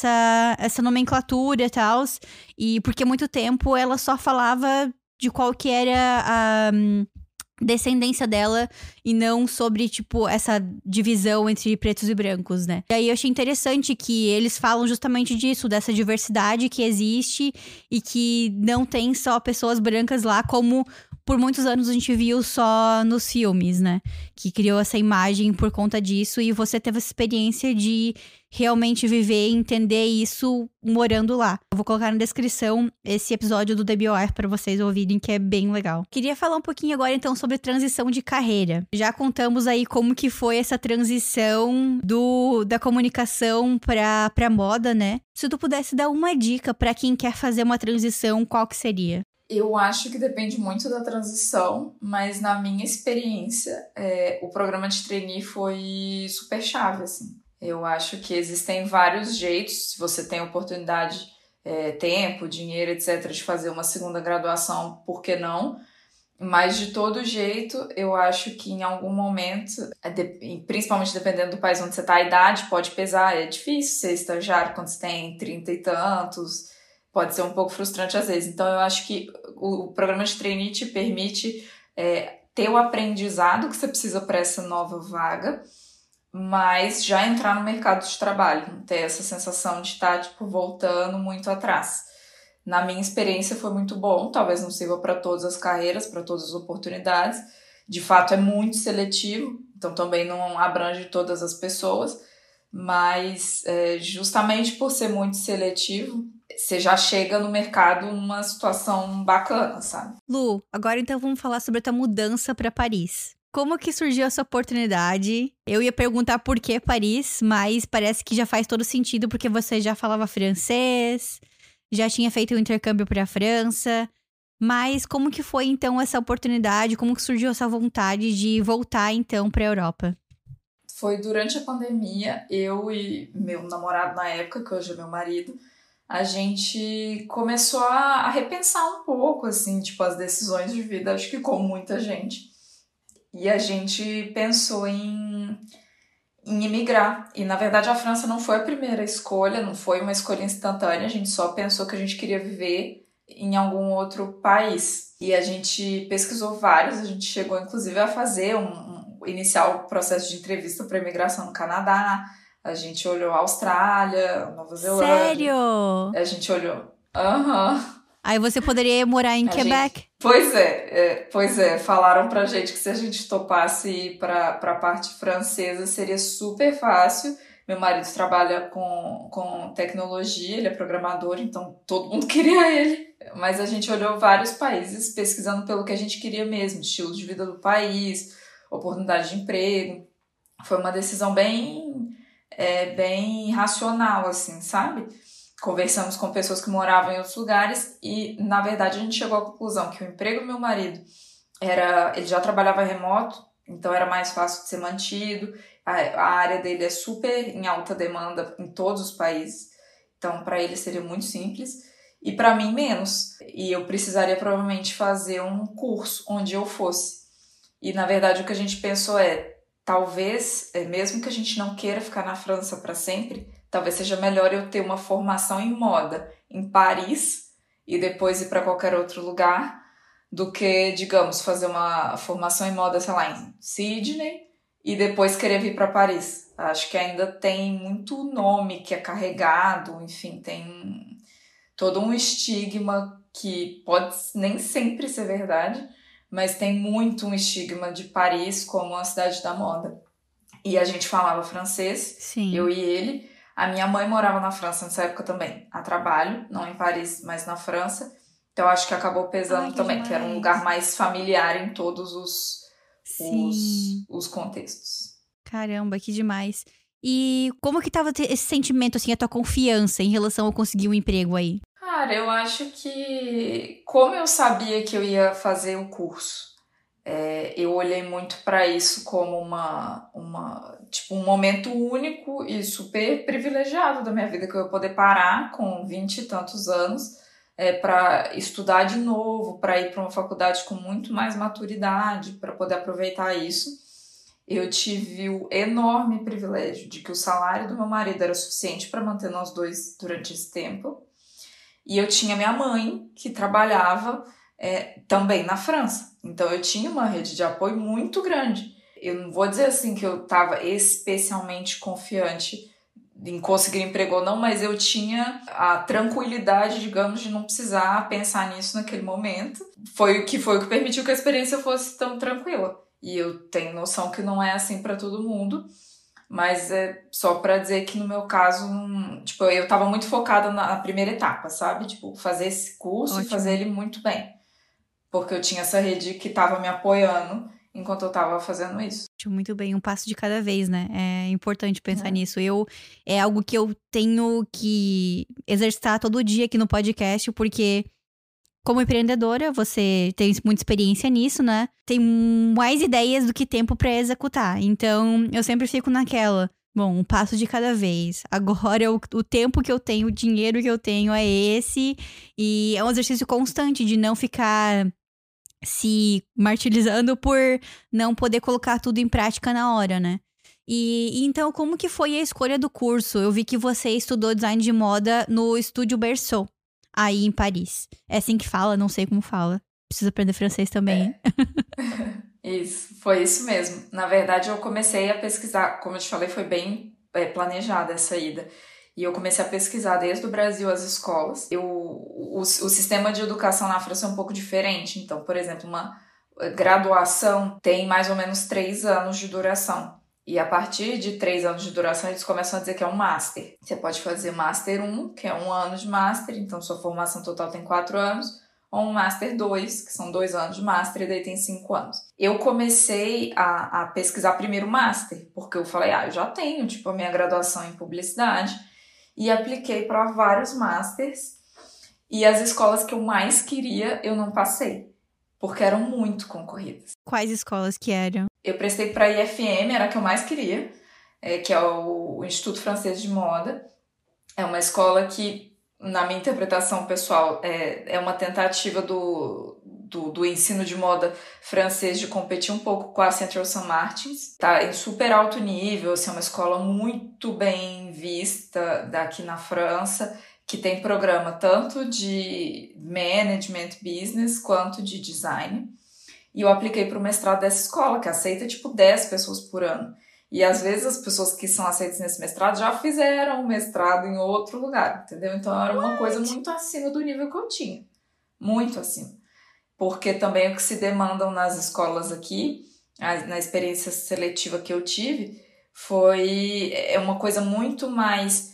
essa nomenclatura e tal. E porque muito tempo ela só falava de qual que era a descendência dela e não sobre, tipo, essa divisão entre pretos e brancos, né? E aí eu achei interessante que eles falam justamente disso, dessa diversidade que existe e que não tem só pessoas brancas lá, como por muitos anos a gente viu só nos filmes, né? Que criou essa imagem por conta disso e você teve essa experiência de realmente viver e entender isso morando lá. Eu vou colocar na descrição esse episódio do The BOR para vocês ouvirem, que é bem legal. Queria falar um pouquinho agora, então, sobre transição de carreira. Já contamos aí como que foi essa transição da comunicação pra moda, né? Se tu pudesse dar uma dica para quem quer fazer uma transição, qual que seria? Eu acho que depende muito da transição, mas na minha experiência, o programa de trainee foi super chave, assim. Eu acho que existem vários jeitos, se você tem oportunidade, tempo, dinheiro, etc., de fazer uma segunda graduação, por que não? Mas, de todo jeito, eu acho que em algum momento, principalmente dependendo do país onde você está, a idade pode pesar. É difícil ser estagiário quando você tem 30 e tantos, pode ser um pouco frustrante às vezes. Então, eu acho que o programa de trainee te permite ter o aprendizado que você precisa para essa nova vaga, mas já entrar no mercado de trabalho, não ter essa sensação de estar voltando muito atrás. Na minha experiência foi muito bom, talvez não sirva para todas as carreiras, para todas as oportunidades. De fato é muito seletivo, então também não abrange todas as pessoas, mas justamente por ser muito seletivo, você já chega no mercado numa situação bacana, sabe? Lu, agora então vamos falar sobre a tua mudança para Paris. Como que surgiu essa oportunidade? Eu ia perguntar por que Paris, mas parece que já faz todo sentido porque você já falava francês, já tinha feito um intercâmbio para a França. Mas como que foi então essa oportunidade? Como que surgiu essa vontade de voltar então para a Europa? Foi durante a pandemia, eu e meu namorado na época, que hoje é meu marido, a gente começou a repensar um pouco, assim, tipo, as decisões de vida, acho que como muita gente. E a gente pensou em emigrar. E, na verdade, a França não foi a primeira escolha, não foi uma escolha instantânea. A gente só pensou que a gente queria viver em algum outro país. E a gente pesquisou vários, a gente chegou, inclusive, a fazer iniciar o processo de entrevista para imigração no Canadá, a gente olhou a Austrália, Nova Zelândia. Sério? A gente olhou. Aham. Aí você poderia morar em Quebec. Pois é, falaram pra gente que se a gente topasse ir pra parte francesa seria super fácil. Meu marido trabalha com tecnologia, ele é programador, então todo mundo queria ele. Mas a gente olhou vários países pesquisando pelo que a gente queria mesmo, estilo de vida do país, oportunidade de emprego. Foi uma decisão bem racional, assim, sabe? Conversamos com pessoas que moravam em outros lugares e, na verdade, a gente chegou à conclusão que o emprego do meu marido ele já trabalhava remoto, então era mais fácil de ser mantido. A área dele é super em alta demanda em todos os países, então para ele seria muito simples e para mim menos. E eu precisaria provavelmente fazer um curso onde eu fosse. E, na verdade, o que a gente pensou talvez, mesmo que a gente não queira ficar na França para sempre, talvez seja melhor eu ter uma formação em moda em Paris e depois ir para qualquer outro lugar do que, digamos, fazer uma formação em moda, sei lá, em Sydney e depois querer vir para Paris. Acho que ainda tem muito nome que é carregado, enfim, tem todo um estigma que pode nem sempre ser verdade, mas tem muito um estigma de Paris como a cidade da moda. E a gente falava francês, Sim. Eu e ele. A minha mãe morava na França nessa época também, a trabalho, não em Paris, mas na França. Então acho que acabou pesando também, demais. que era um lugar mais familiar em todos os contextos. Caramba, que demais. E como que tava esse sentimento, assim, a tua confiança em relação a conseguir um emprego aí? Cara, eu acho que, como eu sabia que eu ia fazer o curso, eu olhei muito para isso como tipo, um momento único e super privilegiado da minha vida, que eu ia poder parar com 20 e tantos anos para estudar de novo, para ir para uma faculdade com muito mais maturidade, para poder aproveitar isso. Eu tive o enorme privilégio de que o salário do meu marido era suficiente para manter nós dois durante esse tempo. E eu tinha minha mãe, que trabalhava também na França. Então eu tinha uma rede de apoio muito grande. Eu não vou dizer assim que eu estava especialmente confiante em conseguir emprego ou não, mas eu tinha a tranquilidade, digamos, de não precisar pensar nisso naquele momento. Foi o que permitiu que a experiência fosse tão tranquila. E eu tenho noção que não é assim para todo mundo. Mas é só pra dizer que no meu caso, tipo, eu tava muito focada na primeira etapa, sabe? Tipo, fazer esse curso Ótimo. E fazer ele muito bem. Porque eu tinha essa rede que tava me apoiando enquanto eu tava fazendo isso. Muito bem, um passo de cada vez, né? É importante pensar nisso. É algo que eu tenho que exercitar todo dia aqui no podcast, porque como empreendedora, você tem muita experiência nisso, né? Tem mais ideias do que tempo pra executar. Então, eu sempre fico naquela. Bom, um passo de cada vez. Agora, o tempo que eu tenho, o dinheiro que eu tenho é esse. E é um exercício constante de não ficar se martirizando por não poder colocar tudo em prática na hora, né? E então, como que foi a escolha do curso? Eu vi que você estudou design de moda no Estúdio Berceau, aí em Paris. É assim que fala, não sei como fala. Preciso aprender francês também. Isso, foi isso mesmo. Na verdade, eu comecei a pesquisar, como eu te falei, foi bem planejada essa ida. E eu comecei a pesquisar desde o Brasil as escolas. O sistema de educação na França é um pouco diferente. Então, por exemplo, uma graduação tem mais ou menos 3 anos de duração. E a partir de 3 anos de duração, eles começam a dizer que é um master. Você pode fazer Master 1, que é 1 ano de master, então sua formação total tem 4 anos, ou um Master 2, que são 2 anos de master, e daí tem 5 anos. Eu comecei a pesquisar primeiro master, porque eu falei, eu já tenho, tipo, a minha graduação em publicidade, e apliquei para vários masters, e as escolas que eu mais queria, eu não passei, porque eram muito concorridas. Quais escolas que eram? Eu prestei para a IFM, era a que eu mais queria, que é o Instituto Francês de Moda. É uma escola que, na minha interpretação pessoal, é uma tentativa do ensino de moda francês de competir um pouco com a Central Saint Martins. Tá em super alto nível, assim, é uma escola muito bem vista daqui na França, que tem programa tanto de management, business, quanto de design. E eu apliquei para o mestrado dessa escola, que aceita, tipo, 10 pessoas por ano. E às vezes as pessoas que são aceitas nesse mestrado já fizeram o mestrado em outro lugar, entendeu? Então era uma coisa muito acima do nível que eu tinha. Muito acima. Porque também o que se demandam nas escolas aqui, na experiência seletiva que eu tive, foi uma coisa muito mais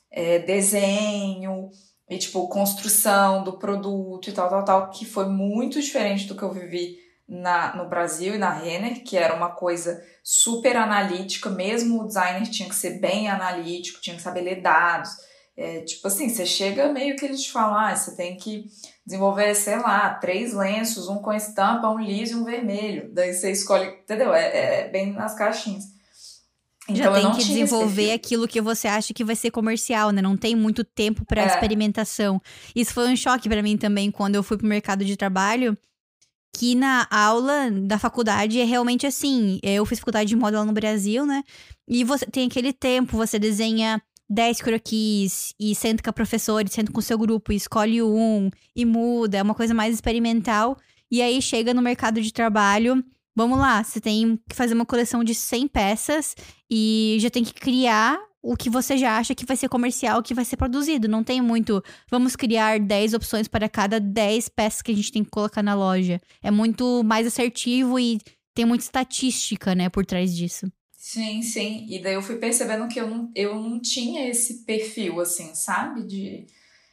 desenho e tipo construção do produto e tal, que foi muito diferente do que eu vivi no Brasil e na Renner, que era uma coisa super analítica, mesmo o designer tinha que ser bem analítico, tinha que saber ler dados. Tipo assim, você chega meio que eles te falam, você tem que desenvolver, sei lá, 3 lenços, um com estampa, um liso e um vermelho. Daí você escolhe, entendeu? É bem nas caixinhas. Então, já tem que desenvolver aquilo que você acha que vai ser comercial, né? Não tem muito tempo para experimentação. Isso foi um choque para mim também quando eu fui pro mercado de trabalho, que na aula da faculdade é realmente assim. Eu fiz faculdade de moda lá no Brasil, né? E você tem aquele tempo, você desenha 10 croquis e senta com a professora, senta com o seu grupo e escolhe um e muda. É uma coisa mais experimental. E aí chega no mercado de trabalho, vamos lá, você tem que fazer uma coleção de 100 peças e já tem que criar o que você já acha que vai ser comercial, que vai ser produzido. Não tem muito, vamos criar 10 opções para cada 10 peças que a gente tem que colocar na loja. É muito mais assertivo e tem muita estatística, né, por trás disso. Sim, sim. E daí eu fui percebendo que eu não tinha esse perfil, assim, sabe?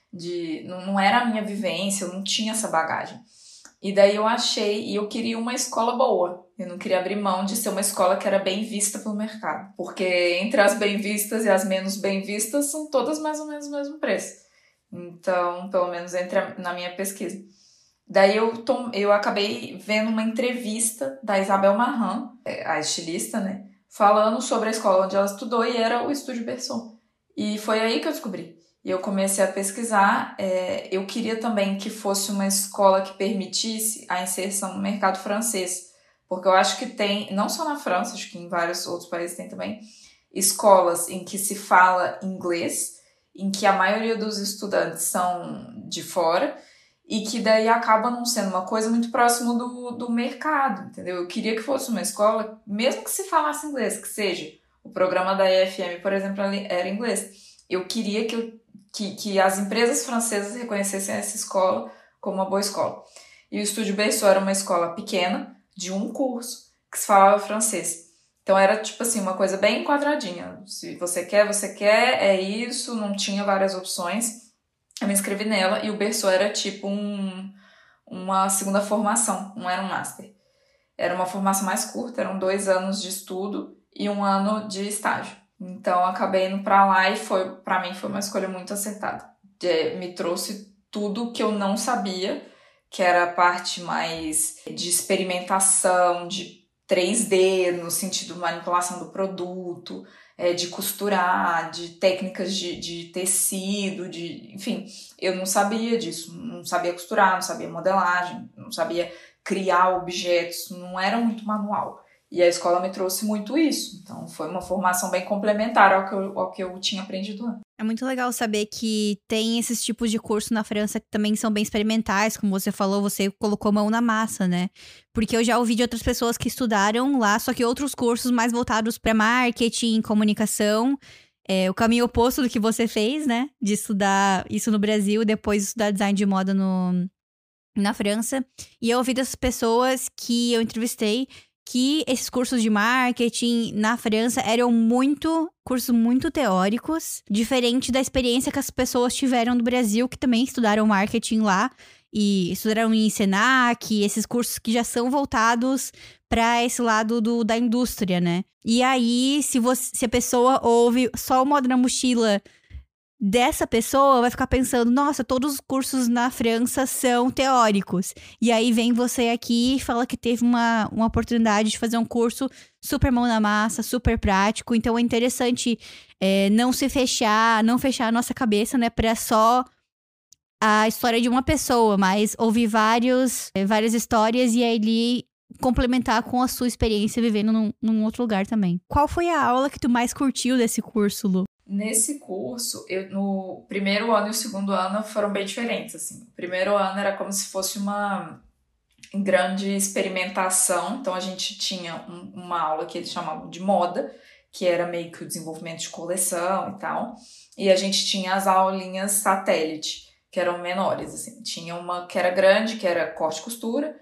Não era a minha vivência, eu não tinha essa bagagem. E daí eu achei, e eu queria uma escola boa. Eu não queria abrir mão de ser uma escola que era bem vista pelo mercado. Porque entre as bem vistas e as menos bem vistas, são todas mais ou menos o mesmo preço. Então, pelo menos na minha pesquisa. Daí eu acabei vendo uma entrevista da Isabel Marran, a estilista, né? Falando sobre a escola onde ela estudou e era o Estúdio Berson. E foi aí que eu descobri. E eu comecei a pesquisar. Eu queria também que fosse uma escola que permitisse a inserção no mercado francês. Porque eu acho que tem, não só na França, acho que em vários outros países tem também, escolas em que se fala inglês, em que a maioria dos estudantes são de fora, e que daí acaba não sendo uma coisa muito próximo do mercado, entendeu? Eu queria que fosse uma escola, mesmo que se falasse inglês, que seja. O programa da EFM, por exemplo, era inglês. Eu queria que as empresas francesas reconhecessem essa escola como uma boa escola. E o Estúdio Berceau era uma escola pequena, de um curso, que se falava francês. Então era tipo assim, uma coisa bem quadradinha. Se você quer, é isso, não tinha várias opções. Eu me inscrevi nela e o Berceau era tipo uma segunda formação, não era um master. Era uma formação mais curta, eram 2 anos de estudo e 1 ano de estágio. Então, acabei indo pra lá e pra mim foi uma escolha muito acertada. Me trouxe tudo que eu não sabia, que era a parte mais de experimentação, de 3D, no sentido de manipulação do produto, de costurar, de técnicas de tecido, enfim, eu não sabia disso. Não sabia costurar, não sabia modelagem, não sabia criar objetos, não era muito manual. E a escola me trouxe muito isso. Então, foi uma formação bem complementar ao que eu tinha aprendido antes. É muito legal saber que tem esses tipos de curso na França que também são bem experimentais. Como você falou, você colocou mão na massa, né? Porque eu já ouvi de outras pessoas que estudaram lá, só que outros cursos mais voltados para marketing, comunicação. O caminho oposto do que você fez, né? De estudar isso no Brasil e depois estudar design de moda na França. E eu ouvi das pessoas que eu entrevistei que esses cursos de marketing na França eram cursos muito teóricos, diferente da experiência que as pessoas tiveram no Brasil, que também estudaram marketing lá, e estudaram em Senac, esses cursos que já são voltados para esse lado da indústria, né? E aí, se a pessoa ouve só o Moda na Mochila dessa pessoa, vai ficar pensando, nossa, todos os cursos na França são teóricos. E aí vem você aqui e fala que teve uma oportunidade de fazer um curso super mão na massa, super prático. Então é interessante não fechar a nossa cabeça, né, pra só a história de uma pessoa, mas ouvir várias histórias e aí complementar com a sua experiência vivendo num outro lugar também. Qual foi a aula que tu mais curtiu desse curso, Lu? Nesse curso, no primeiro ano e o segundo ano foram bem diferentes, assim. O primeiro ano era como se fosse grande experimentação. Então a gente tinha uma aula que eles chamavam de moda, que era meio que o desenvolvimento de coleção e tal. E a gente tinha as aulinhas satélite, que eram menores, assim. Tinha uma que era grande, que era corte e costura.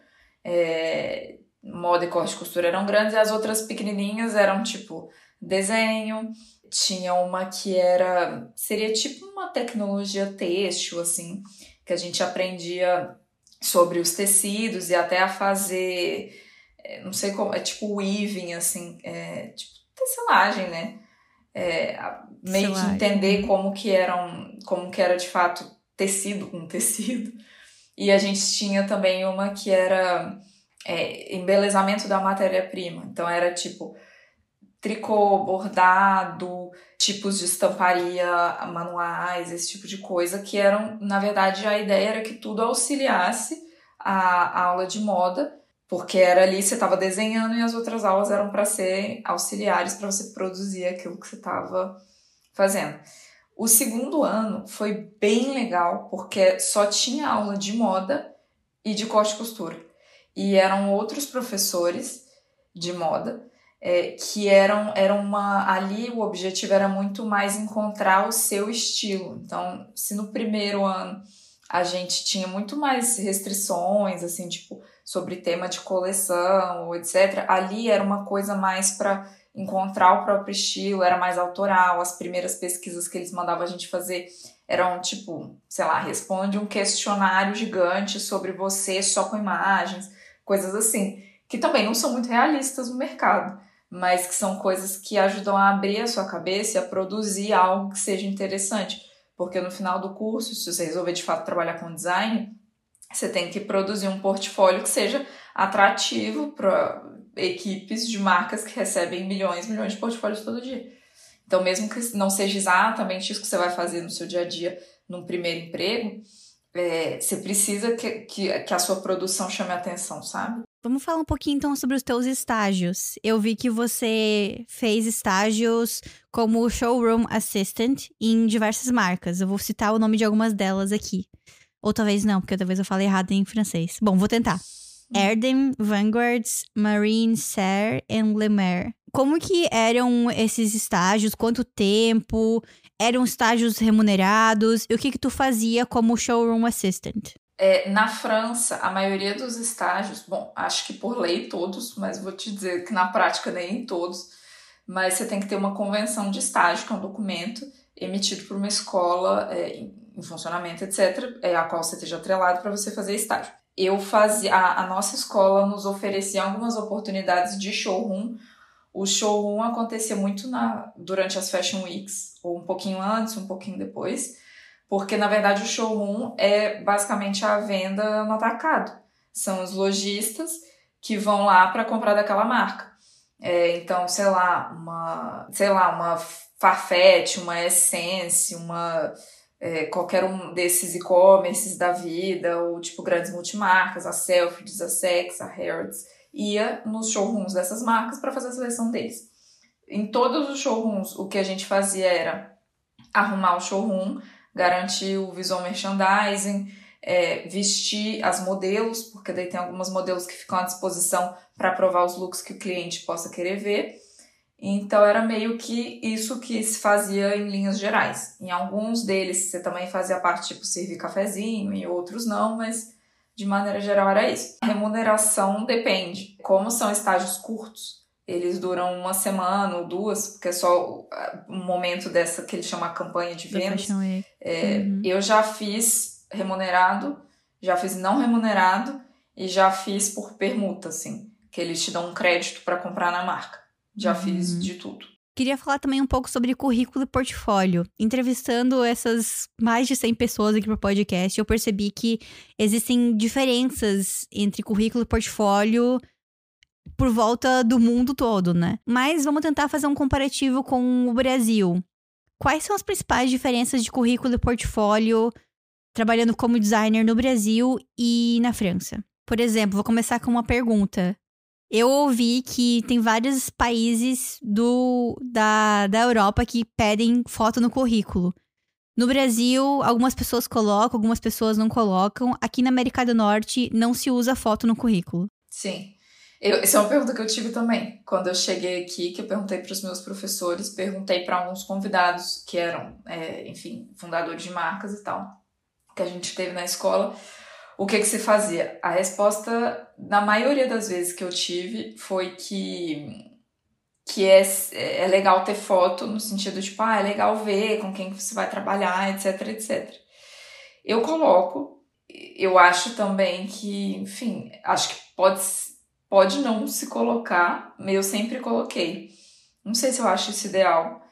Moda e corte e costura eram grandes, e as outras pequenininhas eram, tipo, desenho. Tinha uma que seria tipo uma tecnologia têxtil, assim, que a gente aprendia sobre os tecidos e até a fazer, não sei como, tipo weaving, assim, tipo tecelagem, né? Meio que entender como que era de fato tecido com tecido. E a gente tinha também uma que era embelezamento da matéria-prima. Então era tipo tricô, bordado, tipos de estamparia manuais, esse tipo de coisa, que eram, na verdade, a ideia era que tudo auxiliasse a aula de moda, porque era ali, você estava desenhando e as outras aulas eram para ser auxiliares para você produzir aquilo que você estava fazendo. O segundo ano foi bem legal, porque só tinha aula de moda e de corte e costura. E eram outros professores de moda, que ali o objetivo era muito mais encontrar o seu estilo. Então, se no primeiro ano a gente tinha muito mais restrições, assim, tipo, sobre tema de coleção, ou etc., ali era uma coisa mais para encontrar o próprio estilo, era mais autoral. As primeiras pesquisas que eles mandavam a gente fazer eram, tipo, sei lá, responde um questionário gigante sobre você só com imagens, coisas assim, que também não são muito realistas no mercado, mas que são coisas que ajudam a abrir a sua cabeça e a produzir algo que seja interessante. Porque no final do curso, se você resolver de fato trabalhar com design, você tem que produzir um portfólio que seja atrativo para equipes de marcas que recebem milhões de portfólios todo dia. Então, mesmo que não seja exatamente isso que você vai fazer no seu dia a dia, num primeiro emprego, você precisa que a sua produção chame a atenção, sabe? Vamos falar um pouquinho então sobre os teus estágios. Eu vi que você fez estágios como showroom assistant em diversas marcas. Eu vou citar o nome de algumas delas aqui. Ou talvez não, porque talvez eu fale errado em francês. Bom, vou tentar. Erdem, Vanguard, Marine, Serre e Le Mer. Como que eram esses estágios? Quanto tempo? Eram estágios remunerados? E o que tu fazia como showroom assistant? Na França, a maioria dos estágios, bom, acho que por lei todos, mas vou te dizer que na prática nem todos, mas você tem que ter uma convenção de estágio, que é um documento emitido por uma escola em funcionamento, etc., a qual você esteja atrelado para você fazer estágio. A nossa escola nos oferecia algumas oportunidades de showroom. O showroom acontecia muito durante as Fashion Weeks, ou um pouquinho antes, um pouquinho depois, porque, na verdade, o showroom é basicamente a venda no atacado. São os lojistas que vão lá para comprar daquela marca. Então, sei lá, uma Farfetch, uma Essence, qualquer um desses e-commerces da vida, ou tipo grandes multimarcas, a Selfridges, a Saks, a Harrods, ia nos showrooms dessas marcas para fazer a seleção deles. Em todos os showrooms, o que a gente fazia era arrumar o showroom, garantir o visual merchandising, vestir as modelos, porque daí tem algumas modelos que ficam à disposição para provar os looks que o cliente possa querer ver. Então era meio que isso que se fazia em linhas gerais. Em alguns deles você também fazia parte, tipo, servir cafezinho, em outros não, mas de maneira geral era isso. A remuneração depende. Como são estágios curtos, eles duram uma semana ou duas, porque é só um momento dessa que eles chamam a campanha de vendas. Eu já fiz remunerado, já fiz não remunerado e já fiz por permuta, assim, que eles te dão um crédito para comprar na marca. Já fiz de tudo. Queria falar também um pouco sobre currículo e portfólio. Entrevistando essas mais de 100 pessoas aqui pro podcast, eu percebi que existem diferenças entre currículo e portfólio por volta do mundo todo, né? Mas vamos tentar fazer um comparativo com o Brasil. Quais são as principais diferenças de currículo e portfólio trabalhando como designer no Brasil e na França? Por exemplo, vou começar com uma pergunta. Eu ouvi que tem vários países da Europa que pedem foto no currículo. No Brasil, algumas pessoas colocam, algumas pessoas não colocam. Aqui na América do Norte, não se usa foto no currículo. Sim. Essa é uma pergunta que eu tive também. Quando eu cheguei aqui, que eu perguntei para os meus professores, perguntei para alguns convidados que eram, enfim, fundadores de marcas e tal, que a gente teve na escola, o que se fazia? A resposta, na maioria das vezes que eu tive, foi que é legal ter foto, no sentido de, é legal ver com quem você vai trabalhar, etc, etc. Eu coloco, eu acho também que, enfim, acho que pode não se colocar, eu sempre coloquei. Não sei se eu acho isso ideal,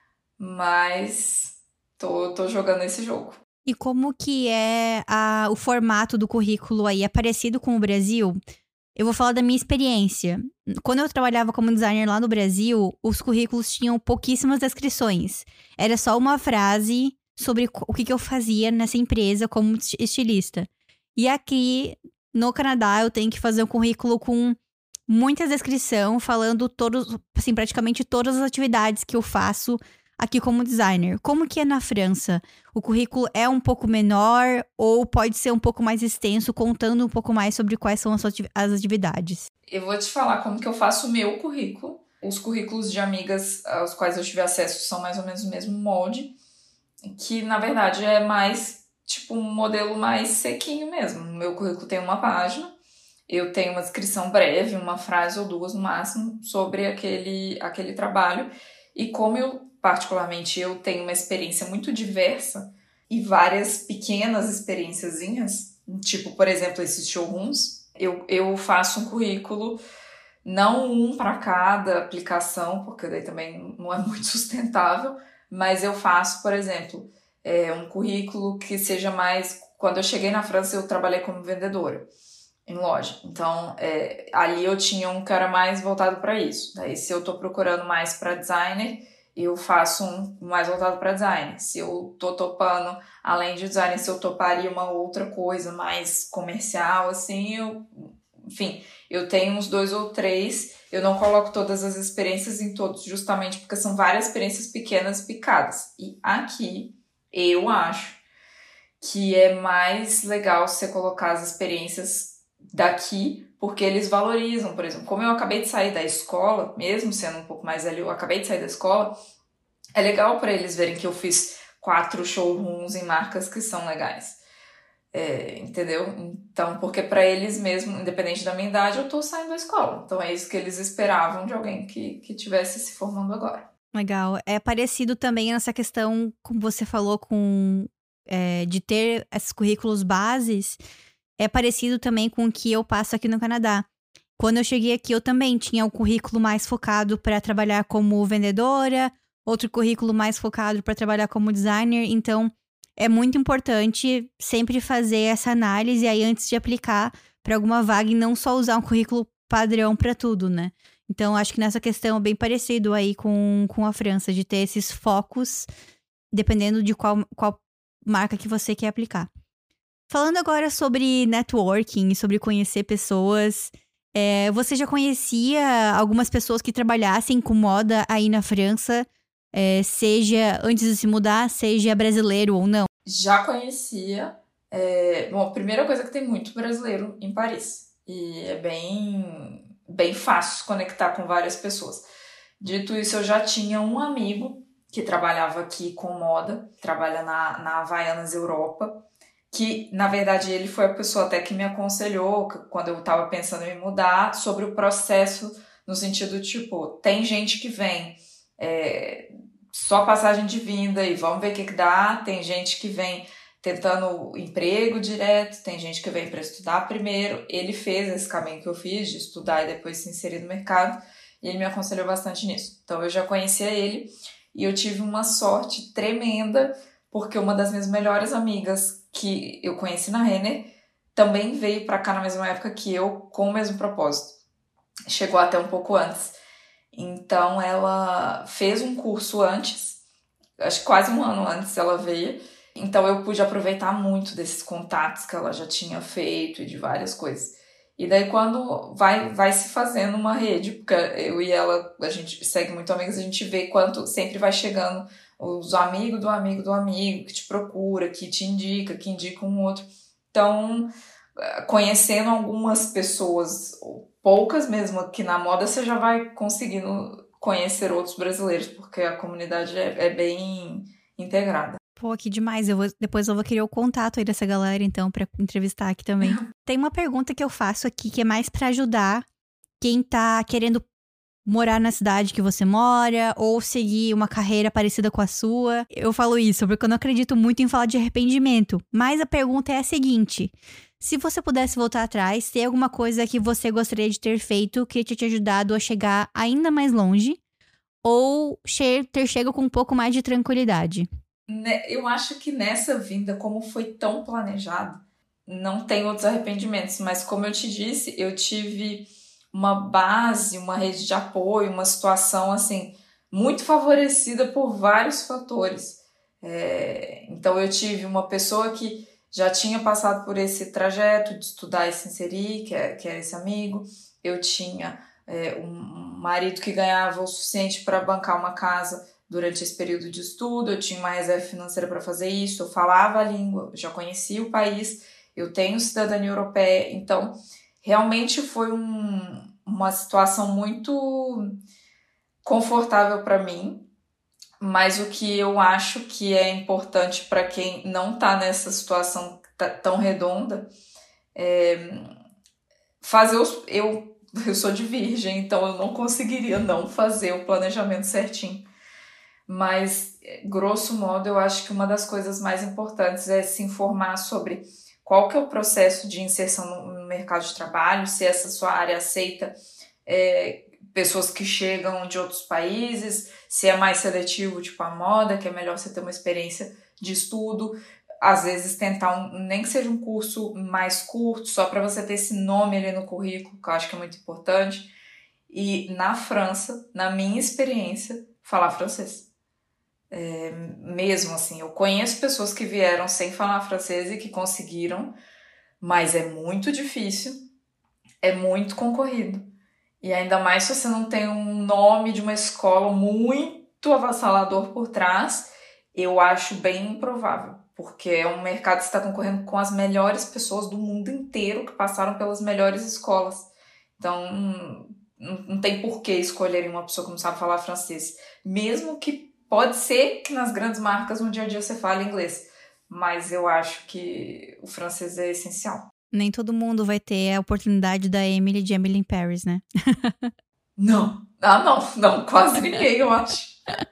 mas tô jogando esse jogo. E como que é o formato do currículo aí? É parecido com o Brasil? Eu vou falar da minha experiência. Quando eu trabalhava como designer lá no Brasil, os currículos tinham pouquíssimas descrições. Era só uma frase sobre o que eu fazia nessa empresa como estilista. E aqui no Canadá eu tenho que fazer um currículo com muita descrição, falando praticamente todas as atividades que eu faço aqui como designer. Como que é na França? O currículo é um pouco menor ou pode ser um pouco mais extenso, contando um pouco mais sobre quais são as atividades? Eu vou te falar como que eu faço o meu currículo. Os currículos de amigas aos quais eu tive acesso são mais ou menos o mesmo molde, que na verdade é mais tipo um modelo mais sequinho mesmo. O meu currículo tem uma página, eu tenho uma descrição breve, uma frase ou duas no máximo, sobre aquele trabalho. E como particularmente, eu tenho uma experiência muito diversa e várias pequenas experienciazinhas, tipo, por exemplo, esses showrooms, eu faço um currículo, não um para cada aplicação, porque daí também não é muito sustentável, mas eu faço, por exemplo, um currículo que seja mais... Quando eu cheguei na França, eu trabalhei como vendedora em loja. Então, ali eu tinha um que era mais voltado para isso. Daí, se eu tô procurando mais para designer, eu faço um mais voltado para design. Se eu tô topando, além de design, se eu toparia uma outra coisa mais comercial, assim, enfim, eu tenho uns 2 ou 3. Eu não coloco todas as experiências em todos, justamente porque são várias experiências pequenas picadas. E aqui, eu acho que é mais legal você colocar as experiências daqui, porque eles valorizam, por exemplo, como eu acabei de sair da escola, mesmo sendo um pouco mais velho, eu acabei de sair da escola, é legal para eles verem que eu fiz 4 showrooms em marcas que são legais. Entendeu? Então, porque para eles mesmo, independente da minha idade, eu tô saindo da escola. Então é isso que eles esperavam de alguém que tivesse se formando agora. Legal. É parecido também nessa questão, como você falou, de ter esses currículos bases. É parecido também com o que eu passo aqui no Canadá. Quando eu cheguei aqui, eu também tinha um currículo mais focado para trabalhar como vendedora, outro currículo mais focado para trabalhar como designer. Então, é muito importante sempre fazer essa análise aí antes de aplicar para alguma vaga e não só usar um currículo padrão para tudo, né? Então, acho que nessa questão é bem parecido aí com a França, de ter esses focos, dependendo de qual marca que você quer aplicar. Falando agora sobre networking, sobre conhecer pessoas, você já conhecia algumas pessoas que trabalhassem com moda aí na França, seja antes de se mudar, seja brasileiro ou não? Já conhecia. Bom, a primeira coisa é que tem muito brasileiro em Paris. E é bem fácil se conectar com várias pessoas. Dito isso, eu já tinha um amigo que trabalhava aqui com moda, trabalha na Havaianas Europa, que, na verdade, ele foi a pessoa até que me aconselhou, quando eu estava pensando em mudar, sobre o processo, no sentido, tipo, tem gente que vem só passagem de vinda e vamos ver o que dá, tem gente que vem tentando emprego direto, tem gente que vem para estudar primeiro. Ele fez esse caminho que eu fiz, de estudar e depois se inserir no mercado, e ele me aconselhou bastante nisso. Então, eu já conhecia ele e eu tive uma sorte tremenda, porque uma das minhas melhores amigas que eu conheci na Renner também veio para cá na mesma época que eu, com o mesmo propósito. Chegou até um pouco antes. Então, ela fez um curso antes, acho que quase um ano antes ela veio. Então, eu pude aproveitar muito desses contatos que ela já tinha feito e de várias coisas. E daí, quando vai se fazendo uma rede, porque eu e ela, a gente segue muito amigas, a gente vê quanto sempre vai chegando os amigos do amigo do amigo que te procura, que te indica, que indica um outro. Então, conhecendo algumas pessoas, poucas mesmo aqui na moda, você já vai conseguindo conhecer outros brasileiros, porque a comunidade é bem integrada. Pô, que demais. Depois eu vou querer o contato aí dessa galera, então, pra entrevistar aqui também. Tem uma pergunta que eu faço aqui, que é mais pra ajudar quem tá querendo morar na cidade que você mora, ou seguir uma carreira parecida com a sua. Eu falo isso porque eu não acredito muito em falar de arrependimento. Mas a pergunta é a seguinte: se você pudesse voltar atrás, tem alguma coisa que você gostaria de ter feito que tinha te ajudado a chegar ainda mais longe? Ou ter chego com um pouco mais de tranquilidade? Eu acho que nessa vinda, como foi tão planejado, não tem outros arrependimentos. Mas como eu te disse, eu tive uma base, uma rede de apoio, uma situação assim muito favorecida por vários fatores. Então eu tive uma pessoa que já tinha passado por esse trajeto de estudar e se inserir, que era esse amigo. Eu tinha um marido que ganhava o suficiente para bancar uma casa durante esse período de estudo, eu tinha uma reserva financeira para fazer isso, eu falava a língua, já conhecia o país, eu tenho cidadania europeia, então realmente foi uma situação muito confortável para mim, mas o que eu acho que é importante para quem não está nessa situação tão redonda é fazer eu sou de virgem, então eu não conseguiria não fazer o planejamento certinho. Mas, grosso modo, eu acho que uma das coisas mais importantes é se informar sobre qual que é o processo de inserção no mercado de trabalho, se essa sua área aceita pessoas que chegam de outros países, se é mais seletivo, tipo a moda, que é melhor você ter uma experiência de estudo, às vezes tentar, nem que seja um curso mais curto, só para você ter esse nome ali no currículo, que eu acho que é muito importante. E na França, na minha experiência, falar francês. Mesmo assim, eu conheço pessoas que vieram sem falar francês e que conseguiram, mas é muito difícil, é muito concorrido. E ainda mais se você não tem um nome de uma escola muito avassalador por trás, eu acho bem improvável, porque é um mercado que está concorrendo com as melhores pessoas do mundo inteiro que passaram pelas melhores escolas. Então, não tem por que escolherem uma pessoa que não sabe falar francês, mesmo que pode ser que nas grandes marcas no dia a dia você fale inglês, mas eu acho que o francês é essencial. Nem todo mundo vai ter a oportunidade da Emily de Emily in Paris, né? Não. Não, quase ninguém, eu acho.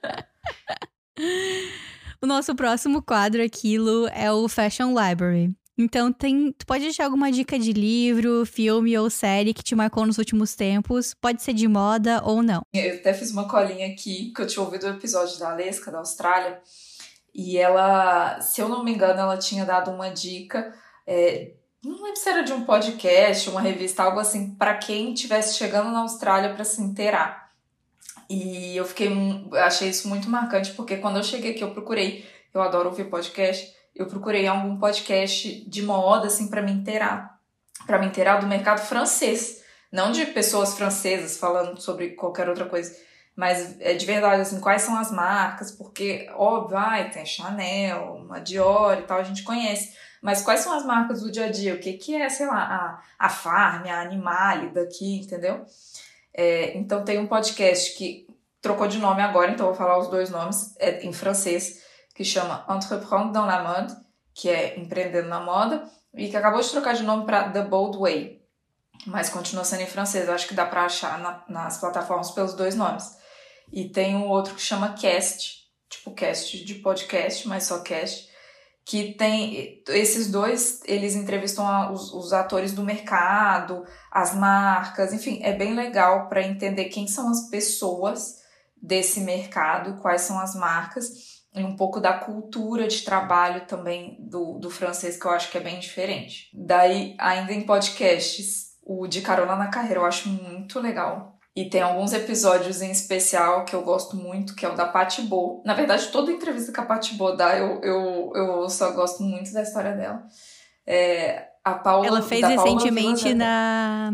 O nosso próximo quadro aqui, Lu, é o Fashion Library. Então, tu pode deixar alguma dica de livro, filme ou série que te marcou nos últimos tempos? Pode ser de moda ou não. Eu até fiz uma colinha aqui, que eu tinha ouvido o episódio da Aleska, da Austrália, e ela, se eu não me engano, ela tinha dado uma dica, não lembro se era de um podcast, uma revista, algo assim, para quem estivesse chegando na Austrália para se inteirar. E eu achei isso muito marcante, porque quando eu cheguei aqui, eu adoro ouvir podcast, eu procurei algum podcast de moda, assim, para me inteirar do mercado francês, não de pessoas francesas falando sobre qualquer outra coisa, mas de verdade, assim, quais são as marcas, porque, óbvio, tem Chanel, uma Dior e tal, a gente conhece, mas quais são as marcas do dia a dia? O que é, sei lá, a Farm, a Animale daqui, entendeu? Então tem um podcast que trocou de nome agora, então eu vou falar os dois nomes, em francês, que chama Entreprendre dans la mode, que é Empreendendo na Moda, e que acabou de trocar de nome para The Bold Way, mas continua sendo em francês, acho que dá para achar nas plataformas pelos dois nomes. E tem um outro que chama Cast, tipo cast de podcast, mas só cast, que tem esses dois, eles entrevistam os atores do mercado, as marcas, enfim, é bem legal para entender quem são as pessoas desse mercado, quais são as marcas, e um pouco da cultura de trabalho também do francês, que eu acho que é bem diferente. Daí, ainda em podcasts, o De Carona na Carreira eu acho muito legal. E tem alguns episódios em especial que eu gosto muito, que é o da Patty Bô. Na verdade, toda entrevista que a Patty Bô dá, eu só gosto muito da história dela. A Paula, ela fez recentemente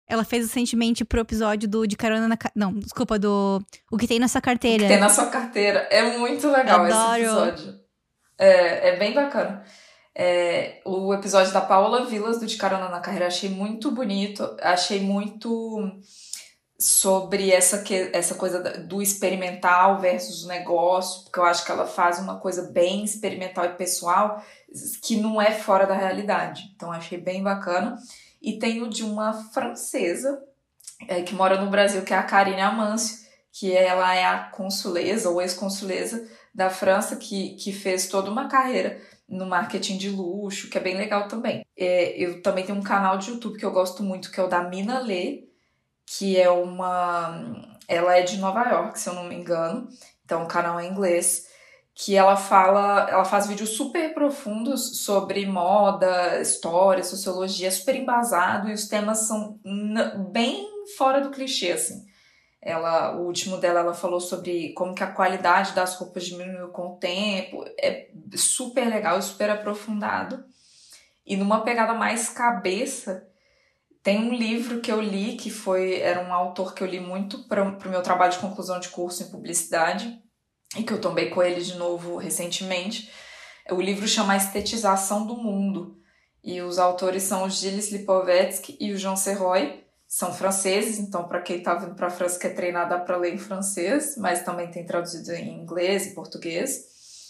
Ela fez recentemente pro episódio do De Carona na... Não, desculpa, do O Que Tem Na Sua Carteira. O Que Tem Na Sua Carteira. É muito legal esse episódio. É bem bacana. O episódio da Paola Vilas, do De Carona na Carreira, achei muito bonito. Achei muito sobre essa coisa do experimental versus o negócio, porque eu acho que ela faz uma coisa bem experimental e pessoal que não é fora da realidade. Então, achei bem bacana. E tem o de uma francesa que mora no Brasil, que é a Karine Amâncio, que ela é a consuleza ou ex-consuleza da França, que fez toda uma carreira no marketing de luxo, que é bem legal também. Eu também tenho um canal de YouTube que eu gosto muito, que é o da Mina Lê, que é ela é de Nova York, se eu não me engano, então o canal é em inglês, que ela faz vídeos super profundos sobre moda, história, sociologia, super embasado, e os temas são bem fora do clichê, assim. O último dela, ela falou sobre como que a qualidade das roupas diminuiu com o tempo, é super legal e super aprofundado. E numa pegada mais cabeça, tem um livro que eu li, era um autor que eu li muito para o meu trabalho de conclusão de curso em publicidade, e que eu tombei com ele de novo recentemente. O livro chama A Estetização do Mundo, e os autores são o Gilles Lipovetsky e o Jean Serroy. São franceses, então para quem está vindo para a França quer treinar, dá para ler em francês, mas também tem traduzido em inglês e português.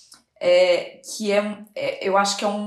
Eu acho que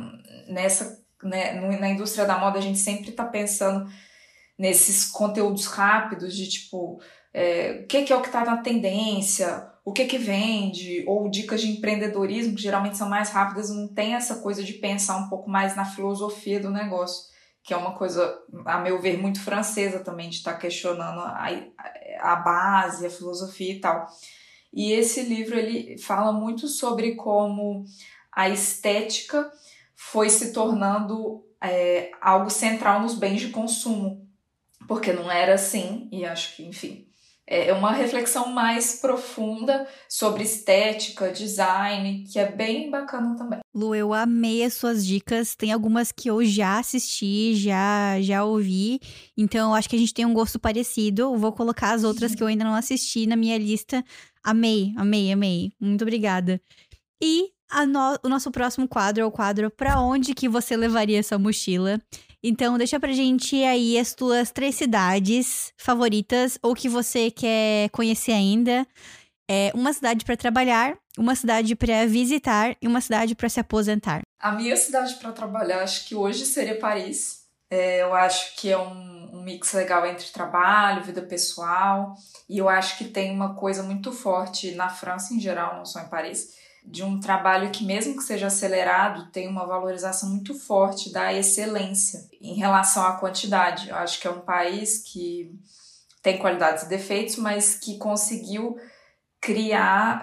na indústria da moda a gente sempre está pensando nesses conteúdos rápidos de tipo, o que é o que está na tendência, o que vende, ou dicas de empreendedorismo, que geralmente são mais rápidas, não tem essa coisa de pensar um pouco mais na filosofia do negócio, que é uma coisa, a meu ver, muito francesa também, de estar questionando a base, a filosofia e tal. E esse livro, ele fala muito sobre como a estética foi se tornando algo central nos bens de consumo, porque não era assim, e acho que, enfim, é uma reflexão mais profunda sobre estética, design, que é bem bacana também. Lu, eu amei as suas dicas. Tem algumas que eu já assisti, já ouvi. Então, eu acho que a gente tem um gosto parecido. Eu vou colocar as outras que eu ainda não assisti na minha lista. Amei. Muito obrigada. E o nosso próximo quadro é o quadro Pra Onde Que Você Levaria Essa Mochila? Então, deixa pra gente aí as tuas 3 cidades favoritas ou que você quer conhecer ainda. Uma cidade pra trabalhar, uma cidade pra visitar e uma cidade pra se aposentar. A minha cidade pra trabalhar, acho que hoje seria Paris. Eu acho que é um mix legal entre trabalho, vida pessoal. E eu acho que tem uma coisa muito forte na França em geral, não só em Paris, de um trabalho que, mesmo que seja acelerado, tem uma valorização muito forte da excelência em relação à quantidade. Eu acho que é um país que tem qualidades e defeitos, mas que conseguiu criar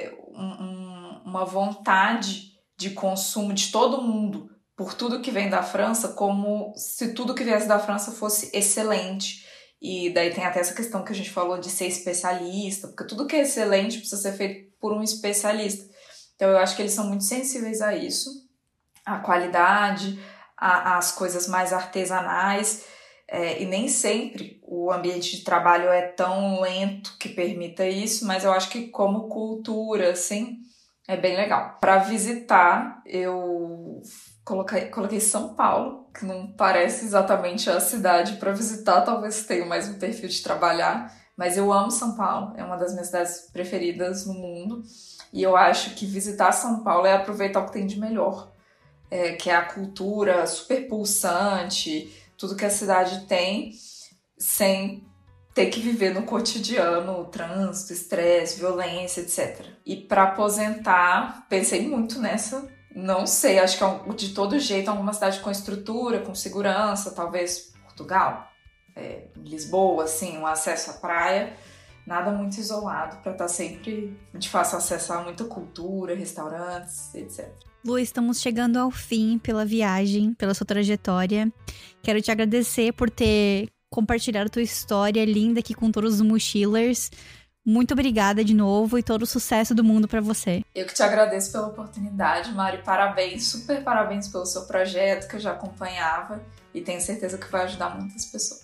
uma vontade de consumo de todo mundo por tudo que vem da França, como se tudo que viesse da França fosse excelente. E daí tem até essa questão que a gente falou de ser especialista, porque tudo que é excelente precisa ser feito por um especialista. Então eu acho que eles são muito sensíveis a isso, a qualidade, as coisas mais artesanais, e nem sempre o ambiente de trabalho é tão lento que permita isso, mas eu acho que como cultura, assim, é bem legal. Para visitar, eu coloquei São Paulo, que não parece exatamente a cidade para visitar, talvez tenha mais um perfil de trabalhar, mas eu amo São Paulo, é uma das minhas cidades preferidas no mundo, e eu acho que visitar São Paulo é aproveitar o que tem de melhor, que é a cultura super pulsante, tudo que a cidade tem, sem ter que viver no cotidiano, trânsito, estresse, violência, etc. E para aposentar, pensei muito nessa, não sei, acho que de todo jeito alguma cidade com estrutura, com segurança, talvez Portugal, Lisboa, assim, um acesso à praia, nada muito isolado, para estar sempre de fácil acesso a muita cultura, restaurantes, etc. Lu, estamos chegando ao fim pela viagem, pela sua trajetória. Quero te agradecer por ter compartilhado a tua história linda aqui com todos os mochilers. Muito obrigada de novo e todo o sucesso do mundo para você. Eu que te agradeço pela oportunidade, Mari. Parabéns, super parabéns pelo seu projeto que eu já acompanhava e tenho certeza que vai ajudar muitas pessoas.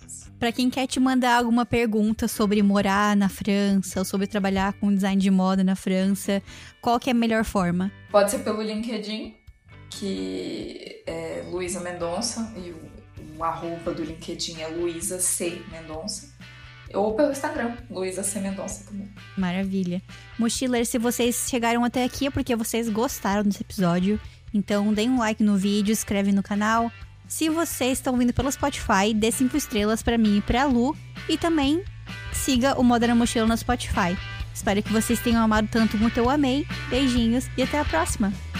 Pra quem quer te mandar alguma pergunta sobre morar na França ou sobre trabalhar com design de moda na França, qual que é a melhor forma? Pode ser pelo LinkedIn, que é Luísa Mendonça, e o arroba do LinkedIn é Luísa C. Mendonça. Ou pelo Instagram, Luísa C. Mendonça também. Maravilha. Mochilers, se vocês chegaram até aqui é porque vocês gostaram desse episódio. Então, deem um like no vídeo, inscreve no canal. Se vocês estão vindo pelo Spotify, dê 5 estrelas pra mim e pra Lu. E também siga o Moda na Mochila no Spotify. Espero que vocês tenham amado tanto quanto eu amei. Beijinhos e até a próxima!